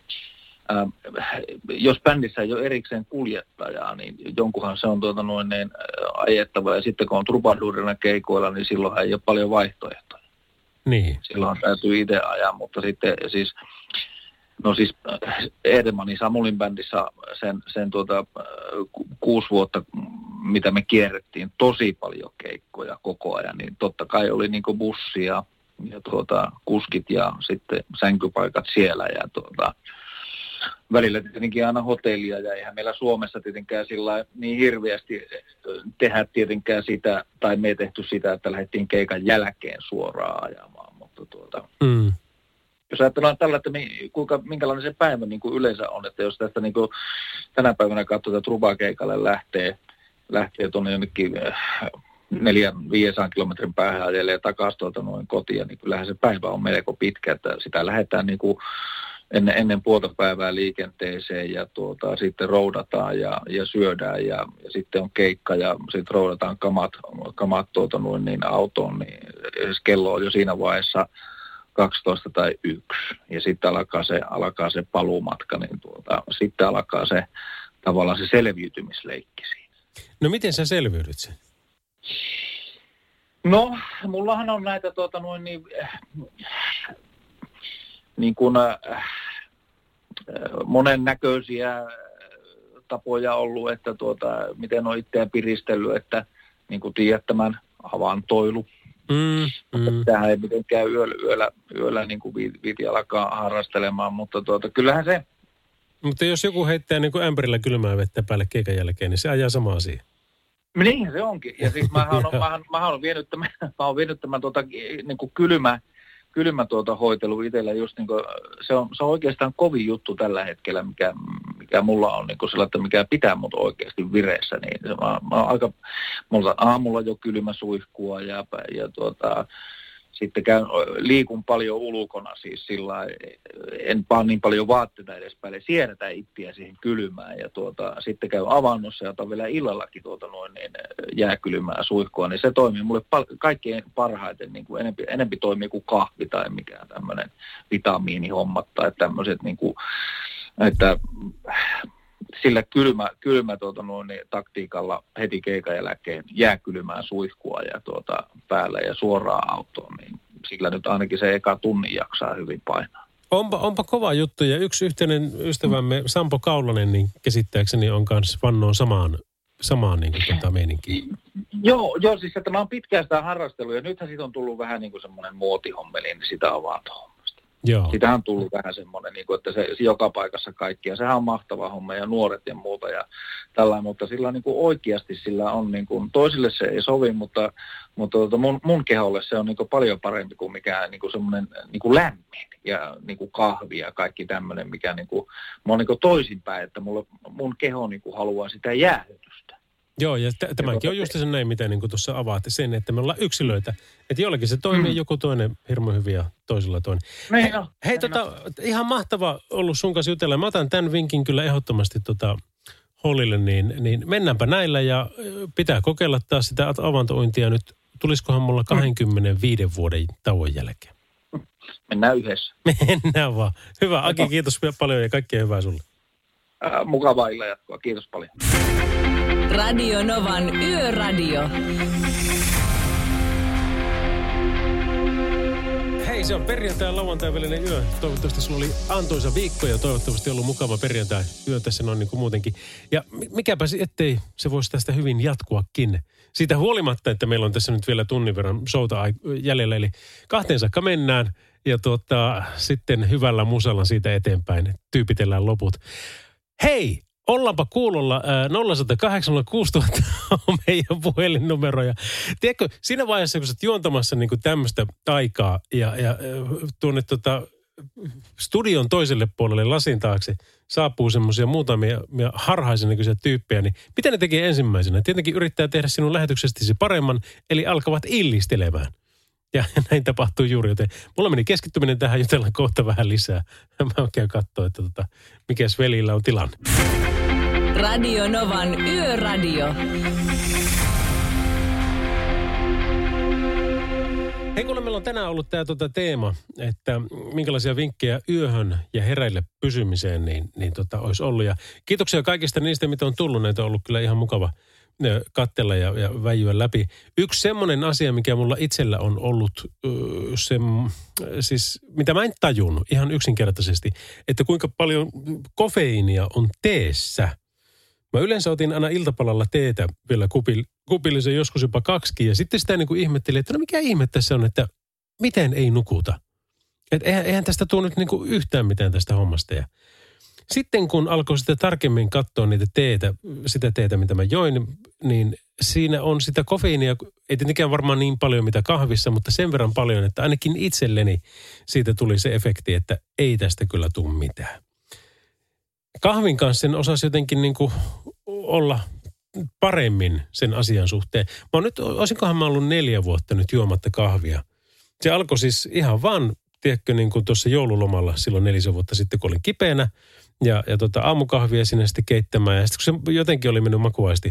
jos bändissä ei ole erikseen kuljettajaa, niin jonkunhan se on ajettava. Ja sitten kun on trubadurina keikoilla, niin silloinhan ei ole paljon vaihtoehtoja. Niin. Silloin täytyy itse ajaa, mutta sitten siis Edelmanin Samulin bändissä sen 6 vuotta, mitä me kierrettiin tosi paljon keikkoja koko ajan, niin totta kai oli niinku bussia ja kuskit ja sitten sänkypaikat siellä ja välillä tietenkin aina hotellia ja eihän meillä Suomessa tietenkään sillä niin hirveästi tehdä tietenkään sitä, tai me ei tehty sitä, että lähdettiin keikan jälkeen suoraan ajamaan, mutta jos ajatellaan tällä, että minkälainen se päivä niin kuin yleensä on, että jos tästä niin kuin tänä päivänä katsotaan Truba-keikalle lähtee tuonne jonnekin 400-500 kilometrin päähän ajelee takaisin noin kotia, niin kyllähän se päivä on melko pitkä, että sitä lähdetään niin kuin ennen puolta päivää liikenteeseen ja sitten roudataan ja syödään ja sitten on keikka ja sitten roudataan kamat autoon, niin kello on jo siinä vaiheessa 12 tai 1 ja sitten alkaa se paluumatka, niin sitten alkaa se tavallaan se selviytymisleikki siinä. No miten sä selviydyt sen? No, mullahan on näitä monennäköisiä tapoja ollut, että miten on itseään piristellyt, että niin kuin tiedät tämän avantoilu. Tähän ei mitenkään yöllä niin kuin viiti alkaa harrastelemaan, mutta kyllähän se... Mutta jos joku heittää niin kuin ämpärillä kylmää vettä päälle keikan jälkeen, niin se ajaa sama asia. Niin se onkin. Ja siis mä oon vienyt tämän niin kuin kylmä hoitelu itsellä just niin kuin, se on oikeastaan kovin juttu tällä hetkellä, mikä mulla on niin kuin sellainen, mikä pitää mut oikeasti vireessä, niin mulla aamulla jo kylmä suihkua ja sitten liikun paljon ulkona, siis sillä en pane niin paljon vaatteita edes päälle, siedätä itseä siihen kylmään ja sitten käyn avannossa ja otan vielä illallakin jääkylmää suihkua, niin se toimii mulle kaikkein parhaiten, niin kuin enempi toimii kuin kahvi tai mikään tämmöinen vitamiinihommat tai tämmöiset, niin kuin, että sillä kylmä taktiikalla heti keikan jälkeen jääkylmää suihkua ja päällä ja suoraan autoon, niin sillä nyt ainakin se eka tunnin jaksaa hyvin painaa. Onpa kova juttu ja yksi yhteinen ystävämme Sampo Kaulanen, niin käsittääkseni on kanssa vannoon samaan niin kuin meininkiin. Joo, siis että mä oon pitkään sitä harrastellut ja nythän siitä on tullut vähän niin kuin semmoinen muotihommeli, niin sitä avantohommasta. Joo. Siitähän on tullut vähän semmoinen, niin kuin, että se joka paikassa kaikki, ja sehän on mahtava homma, ja nuoret ja muuta, ja tällainen, mutta sillä niin kuin oikeasti sillä on, niin kuin, toisille se ei sovi, mutta mun keholle se on niin kuin paljon parempi kuin mikään niin kuin semmoinen niin kuin lämmin, ja niin kuin kahvi ja kaikki tämmöinen, mikä niin kuin, mä oon niin kuin toisinpäin, että mun keho niin kuin haluaa sitä jäähytystä. Joo, ja tämäkin on just sen näin, mitä niin kuin tuossa avaat sen, että me ollaan yksilöitä. Että jollakin se toimii, joku toinen hirmu hyvin ja toisella toinen. Hei, ihan mahtava ollut sun kanssa jutella. Mä otan tämän vinkin kyllä ehdottomasti Hollille, niin mennäänpä näillä ja pitää kokeilla taas sitä avantointia nyt. Tulisikohan mulla 25 vuoden tauon jälkeen? Mennään yhdessä. Mennään vaan. Hyvä, Aki, kiitos paljon ja kaikkea hyvää sulle. Mukavaa illan jatkoa. Kiitos paljon. Radio Novan Yöradio. Hei, se on perjantai ja lauantai välinen yö. Toivottavasti sulla oli antoisa viikko ja toivottavasti ollut mukava perjantai yö tässä noin niin kuin muutenkin. Ja mikäpä ettei se voisi tästä hyvin jatkuakin. Siitä huolimatta, että meillä on tässä nyt vielä tunnin verran showta jäljellä, eli 2 saakka mennään ja sitten hyvällä musalla siitä eteenpäin tyypitellään loput. Hei! Ollaanpa kuulolla 0806000 on meidän puhelinnumeroja. Tiedätkö, siinä vaiheessa, kun sä oot juontamassa niin tämmöistä aikaa ja tuonne studion toiselle puolelle lasin taakse saapuu semmoisia muutamia harhaisen näköisiä tyyppejä, niin mitä ne tekee ensimmäisenä? Tietenkin yrittää tehdä sinun lähetyksestäsi paremman, eli alkavat illistelemään. Ja näin tapahtuu juuri, joten mulla meni keskittyminen tähän, jutellaan kohta vähän lisää. Mä käyn katsoa, että mikäs velillä on tilanne. Radio Novan Yöradio. Hei, kun meillä on tänään ollut tämä teema, että minkälaisia vinkkejä yöhön ja hereille pysymiseen niin olisi ollut. Ja kiitoksia kaikista niistä, mitä on tullut. Näitä on ollut kyllä ihan mukava katsella ja väijyä läpi. Yksi semmoinen asia, mikä mulla itsellä on ollut, siis mitä mä en tajunnut ihan yksinkertaisesti, että kuinka paljon kofeiinia on teessä. Mä yleensä otin aina iltapalalla teetä vielä kupillisen, joskus jopa 2, ja sitten sitä niin kuin ihmettelin, että no mikä ihme tässä on, että miten ei nukuta. Että eihän tästä tule nyt niin kuin yhtään mitään tästä hommasta. Ja sitten kun alkoi sitä tarkemmin katsoa sitä teetä, mitä mä join, niin siinä on sitä kofeiinia, ei tietenkään varmaan niin paljon mitä kahvissa, mutta sen verran paljon, että ainakin itselleni siitä tuli se efekti, että ei tästä kyllä tule mitään. Kahvin kanssa sen osasi jotenkin niin kuin olla paremmin sen asian suhteen. Olisinkohan mä ollut 4 vuotta nyt juomatta kahvia. Se alkoi siis ihan vaan, tiedätkö, niin kuin tuossa joululomalla silloin 4 vuotta sitten, kun olin kipeänä. Ja aamukahvia sinne sitten keittämään. Ja sitten kun se jotenkin oli mennyt makuaisti,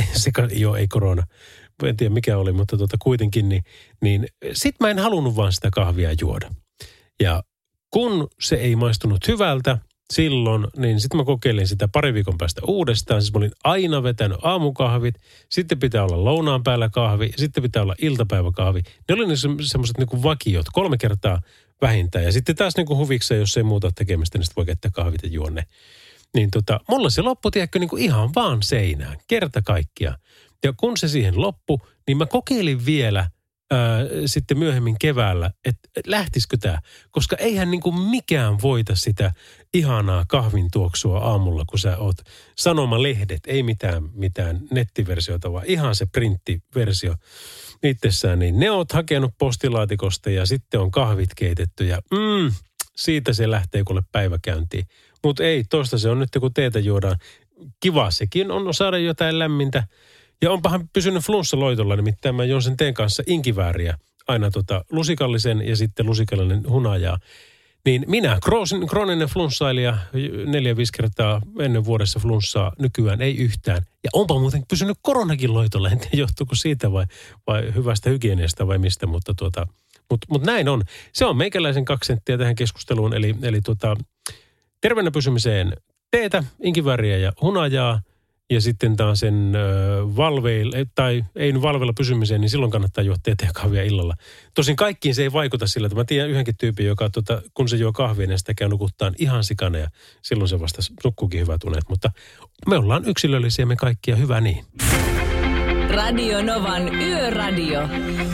ei korona, en tiedä mikä oli, mutta kuitenkin, niin sitten mä en halunnut vaan sitä kahvia juoda. Ja kun se ei maistunut hyvältä silloin, niin sitten mä kokeilin sitä 2 viikon päästä uudestaan. Siis mä olin aina vetänyt aamukahvit, sitten pitää olla lounaan päällä kahvi, sitten pitää olla iltapäiväkahvi. Ne oli semmoiset niinku vakiot 3 kertaa vähintään. Ja sitten taas niinku huvikseen, jos ei muuta tekemistä, niin sitten voi käyttää kahvit ja juonne. Niin mulla se loppu, tiedätkö, niinku ihan vaan seinään, kerta kaikkiaan. Ja kun se siihen loppui, niin mä kokeilin vielä sitten myöhemmin keväällä, että lähtisikö tämä. Koska eihän niinku mikään voita sitä ihanaa kahvin tuoksua aamulla, kun sä oot sanomalehdet, ei mitään nettiversiota, vaan ihan se printtiversio itsessään. Niin ne oot hakenut postilaatikosta ja sitten on kahvit keitetty ja siitä se lähtee kuule päiväkäyntiin. Mutta ei, toista se on nyt kun teetä juodaan. Kiva sekin on saada jotain lämmintä. Ja onpahan pysynyt flunssaloitolla, nimittäin mä juon sen teen kanssa inkivääriä. Aina lusikallisen ja sitten lusikallinen hunajaa. Niin minä, krooninen flunssailija, 4-5 kertaa ennen vuodessa flunssaa, nykyään ei yhtään. Ja onpa muuten pysynyt koronakin loitolla, en tiedä johtuuko siitä vai hyvästä hygieniasta vai mistä, mutta näin on. Se on meikäläisen 2 senttiä tähän keskusteluun, eli terveenä pysymiseen teetä, inkivääriä ja hunajaa. Ja sitten taas sen valveilla pysymiseen, niin silloin kannattaa juoda teetä ja kahvia illalla. Tosin kaikkiin se ei vaikuta sillä, että mä tiedän yhdenkin tyypin, joka kun se juo kahvia, niin sitä käy nukuttaan ihan sikana ja silloin se vasta nukkuukin hyvät unet. Mutta me ollaan yksilöllisiä me kaikki ja hyvä niin. Radio Novan Yöradio.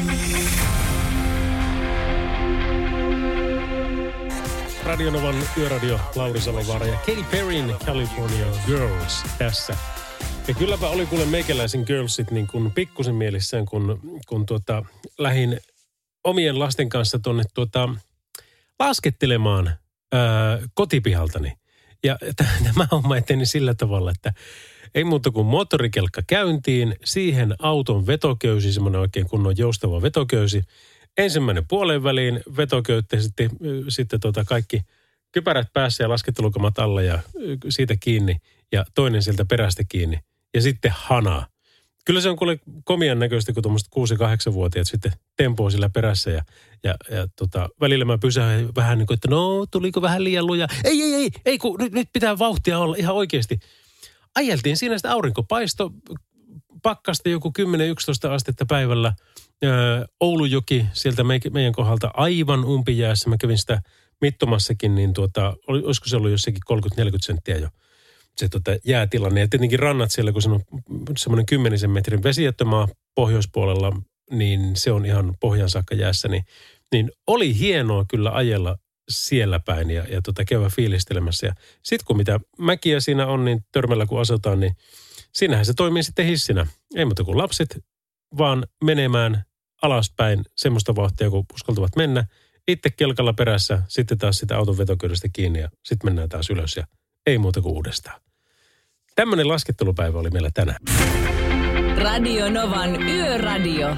Radio Novan Yöradio, Lauri Salovaara ja Katy Perryn California Girls tässä. Ja kylläpä oli kuule meikäläisen girlsit niin kuin pikkusen mielissään, kun lähdin omien lasten kanssa tuonne laskettelemaan kotipihaltani. Ja tämä homma eteni sillä tavalla, että ei muuta kuin moottorikelkka käyntiin, siihen auton vetoköysi, semmoinen oikein kunnon joustava vetoköysi. Ensimmäinen puoleen väliin vetoköyttä, sitten kaikki kypärät päässä ja laskettelukamat alla ja siitä kiinni ja toinen sieltä perästä kiinni. Ja sitten hanaa. Kyllä se on kuule komian näköistä, kun tuommoiset 6-8-vuotiaat sitten tempoo sillä perässä ja välillä mä pysähdyn vähän niin kuin, että no, tuliko vähän liian luja. Ei, kun nyt pitää vauhtia olla ihan oikeasti. Ajeltiin siinä sitä aurinkopaisto, pakkasta joku 10-11 astetta päivällä. Oulujoki sieltä meidän kohdalta aivan umpijäässä. Mä kävin sitä mittomassakin, niin olisiko se ollut jossakin 30-40 senttiä jo se jäätilanne. Ja tietenkin rannat siellä, kun se on semmoinen 10 metrin vesijättömaa pohjoispuolella, niin se on ihan pohjan saakka jäässä. Niin oli hienoa kyllä ajella siellä päin ja käydä fiilistelemässä. Ja sitten kun mitä mäkiä siinä on, niin törmällä kun asutaan, niin siinähän se toimii sitten hissinä. Ei muuta kuin lapset vaan menemään alaspäin semmoista vauhtia, kun uskaltavat mennä. Itse kelkalla perässä, sitten taas sitä auton vetoköydestä kiinni ja sitten mennään taas ylös ja ei muuta kuin uudestaan. Tämmöinen laskettelupäivä oli meillä tänään. Radio Novan Yöradio.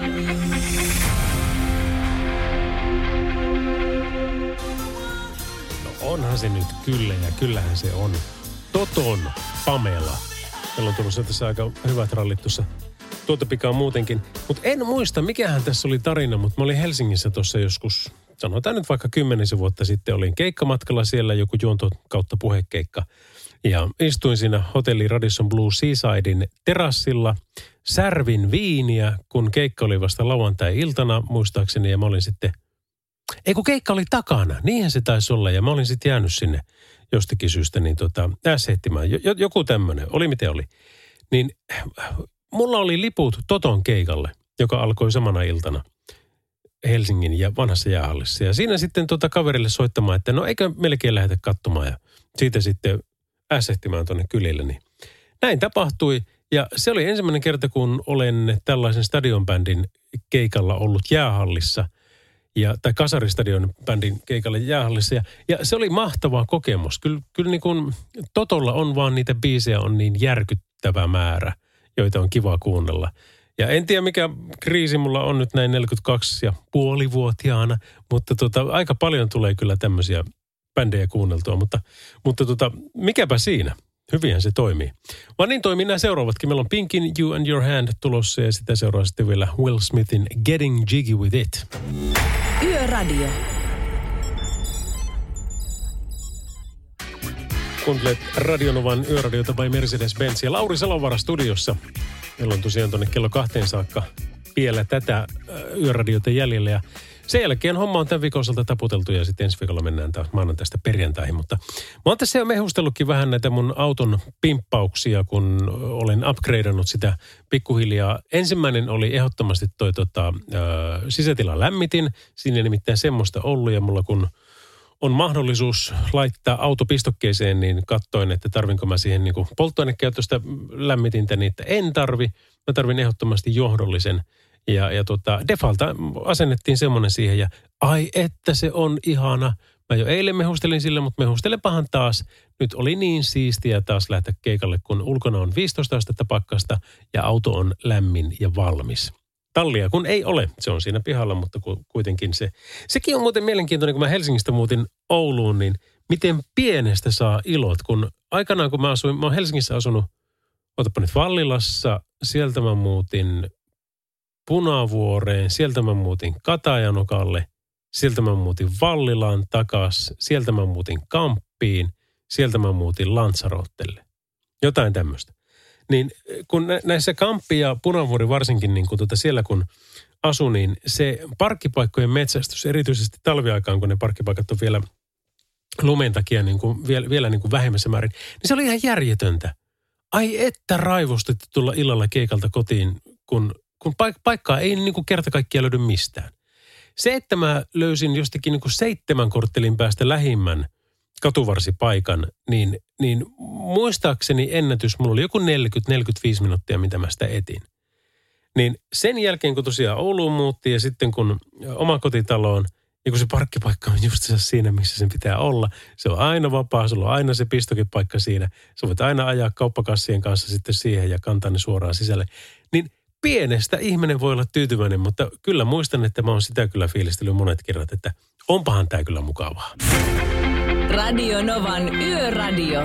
No onhan se nyt kyllä ja kyllähän se on. Toton Pamela. Meillä on tullut tässä aika hyvät rallit tuossa tuota pikaa muutenkin. Mutta en muista, mikähän tässä oli tarina, mutta mä olin Helsingissä tuossa joskus, sanotaan nyt vaikka 10 vuotta sitten, olin keikkamatkalla siellä, joku juonto kautta puhekeikka. Ja istuin siinä hotelli Radisson Blue Seasidein terassilla, särvin viiniä, kun keikka oli vasta lauantai-iltana muistaakseni, ja mä olin sitten, kun keikka oli takana, niinhän se taisi olla, ja mä olin sitten jäänyt sinne jostakin syystä, niin ässettimään. Joku tämmöinen, oli miten oli. Niin mulla oli liput Toton keikalle, joka alkoi samana iltana Helsingin ja vanhassa jäähallissa. Ja siinä sitten kaverille soittamaan, että no eikö melkein lähdetä katsomaan, ja siitä sitten ässettimään tuonne kylille. Niin näin tapahtui, ja se oli ensimmäinen kerta, kun olen tällaisen stadionbändin keikalla ollut jäähallissa, tai Kasaristadion bändin keikalle jäähallissa. Ja se oli mahtava kokemus. Kyllä niin kuin Totolla on vaan niitä biisejä on niin järkyttävä määrä, joita on kiva kuunnella. Ja en tiedä mikä kriisi mulla on nyt näin 42,5-vuotiaana, mutta aika paljon tulee kyllä tämmöisiä bändejä kuunneltua. Mutta mikäpä siinä. Hyvinhän se toimii. Vaan niin toimii nämä seuraavatkin. Meillä on Pinkin You and Your Hand tulossa ja sitä seuraa sitten vielä Will Smithin Getting Jiggy With It. Yöradio. Kuuntelet Radio Novan Yöradiota by Mercedes-Benz ja Lauri Salovaara studiossa. Meillä on tosiaan tuonne kello 2 saakka vielä tätä Yöradiota jäljellä ja sen jälkeen homma on tämän viikon osalta taputeltu ja sitten ensi viikolla mennään taas maanantaista perjantaihin. Mutta mä oon tässä jo mehustellutkin vähän näitä mun auton pimppauksia, kun olen upgradeannut sitä pikkuhiljaa. Ensimmäinen oli ehdottomasti toi sisätilan lämmitin. Siinä nimittäin semmoista ollut ja mulla kun on mahdollisuus laittaa auto pistokkeeseen, niin katsoin, että tarvinko mä siihen niin kuin polttoainekäyttöistä lämmitintä, niin että en tarvi. Mä tarvin ehdottomasti johdollisen. Ja Defalta asennettiin semmoinen siihen ja ai että se on ihana. Mä jo eilen mehustelin sillä, mutta mehustelepahan taas. Nyt oli niin siistiä taas lähteä keikalle, kun ulkona on 15 astetta pakkasta ja auto on lämmin ja valmis. Tallia kun ei ole, se on siinä pihalla, mutta kuitenkin sekin on muuten mielenkiintoinen, kun mä Helsingistä muutin Ouluun, niin miten pienestä saa ilot. Kun aikanaan kun mä oon Helsingissä asunut, otapa nyt Vallilassa, sieltä mä muutin Punavuoreen, sieltä mä muutin Katajanokalle, sieltä mä muutin Vallilaan takas, sieltä mä muutin Kamppiin, sieltä mä muutin Lanzarottelle. Jotain tämmöistä. Niin kun näissä Kamppi ja Punavuori varsinkin, niin kun siellä kun asun, niin se parkkipaikkojen metsästys, erityisesti talviaikaan, kun ne parkkipaikat on vielä lumen takia niin kuin, vielä niin kuin vähemmässä määrin, niin se oli ihan järjetöntä. Ai että raivostutti tulla illalla keikalta kotiin, kun paikkaa ei niin kuin kerta kaikkiaan löydy mistään. Se, että mä löysin jostakin niin kuin 7 korttelin päästä lähimmän katuvarsipaikan, niin muistaakseni ennätys, mulla oli joku 40-45 minuuttia, mitä mä sitä etin. Niin sen jälkeen, kun tosiaan Ouluun muutti ja sitten kun omakotitaloon Ja kun se parkkipaikka on just siinä, missä sen pitää olla. Se on aina vapaa, sulla on aina se pistokipaikka siinä. Sä voit aina ajaa kauppakassien kanssa sitten siihen ja kantaa ne suoraan sisälle. Niin pienestä ihminen voi olla tyytyväinen, mutta kyllä muistan, että mä oon sitä kyllä fiilistellyt monet kerrat, että onpahan tää kyllä mukavaa. Radio Novan Yöradio.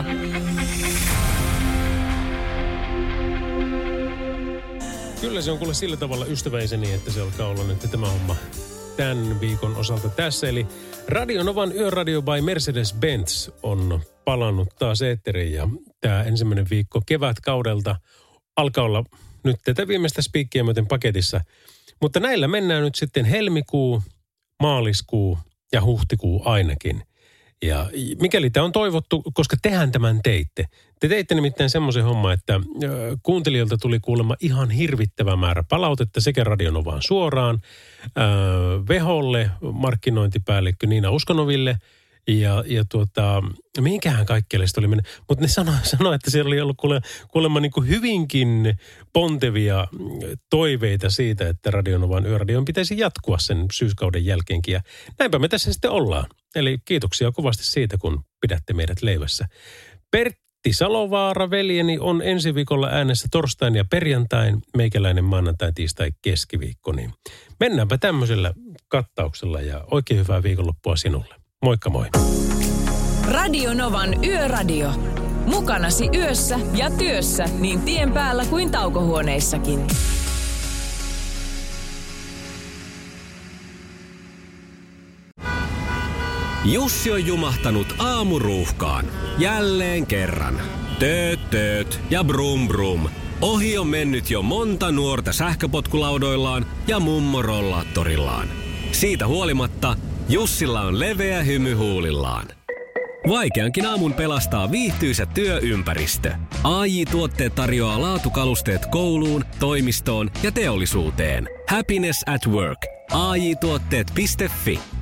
Kyllä se on kuule sillä tavalla ystäväiseni, että se alkaa olla nyt tämä homma tämän viikon osalta tässä. Eli Radio Novan Yöradio by Mercedes-Benz on palannut taas eetteriin ja tämä ensimmäinen viikko kevätkaudelta alkaa olla nyt tätä viimeistä spiikkiä myöten paketissa. Mutta näillä mennään nyt sitten helmikuu, maaliskuu ja huhtikuu ainakin. Ja mikäli tämä on toivottu, koska tehän tämän teitte. Te teitte nimittäin semmoisen homman, että kuuntelijoilta tuli kuulemma ihan hirvittävä määrä palautetta sekä Radio Novaan suoraan, Veholle, markkinointipäällikkö Niina Uskonoville ja mihinkähän kaikkialle sitä oli mennyt. Mutta ne sanoi, että siellä oli ollut kuulemma niin kuin hyvinkin pontevia toiveita siitä, että Radio Novan Yöradion pitäisi jatkua sen syyskauden jälkeenkin. Ja näinpä me tässä sitten ollaan. Eli kiitoksia kovasti siitä, kun pidätte meidät leivässä. Pertti Salovaara, veljeni, on ensi viikolla äänessä torstain ja perjantain, meikäläinen maanantai, tiistai, keskiviikko. Niin mennäänpä tämmöisellä kattauksella ja oikein hyvää viikonloppua sinulle. Moikka moi. Radio Novan Yöradio. Mukanasi yössä ja työssä niin tien päällä kuin taukohuoneissakin. Jussi on jumahtanut aamuruuhkaan. Jälleen kerran. Tööt ja brum brum. Ohi on mennyt jo monta nuorta sähköpotkulaudoillaan ja mummorollaattorillaan. Siitä huolimatta Jussilla on leveä hymy huulillaan. Vaikeankin aamun pelastaa viihtyisä työympäristö. AJ-tuotteet tarjoaa laatukalusteet kouluun, toimistoon ja teollisuuteen. Happiness at work. AJ-tuotteet.fi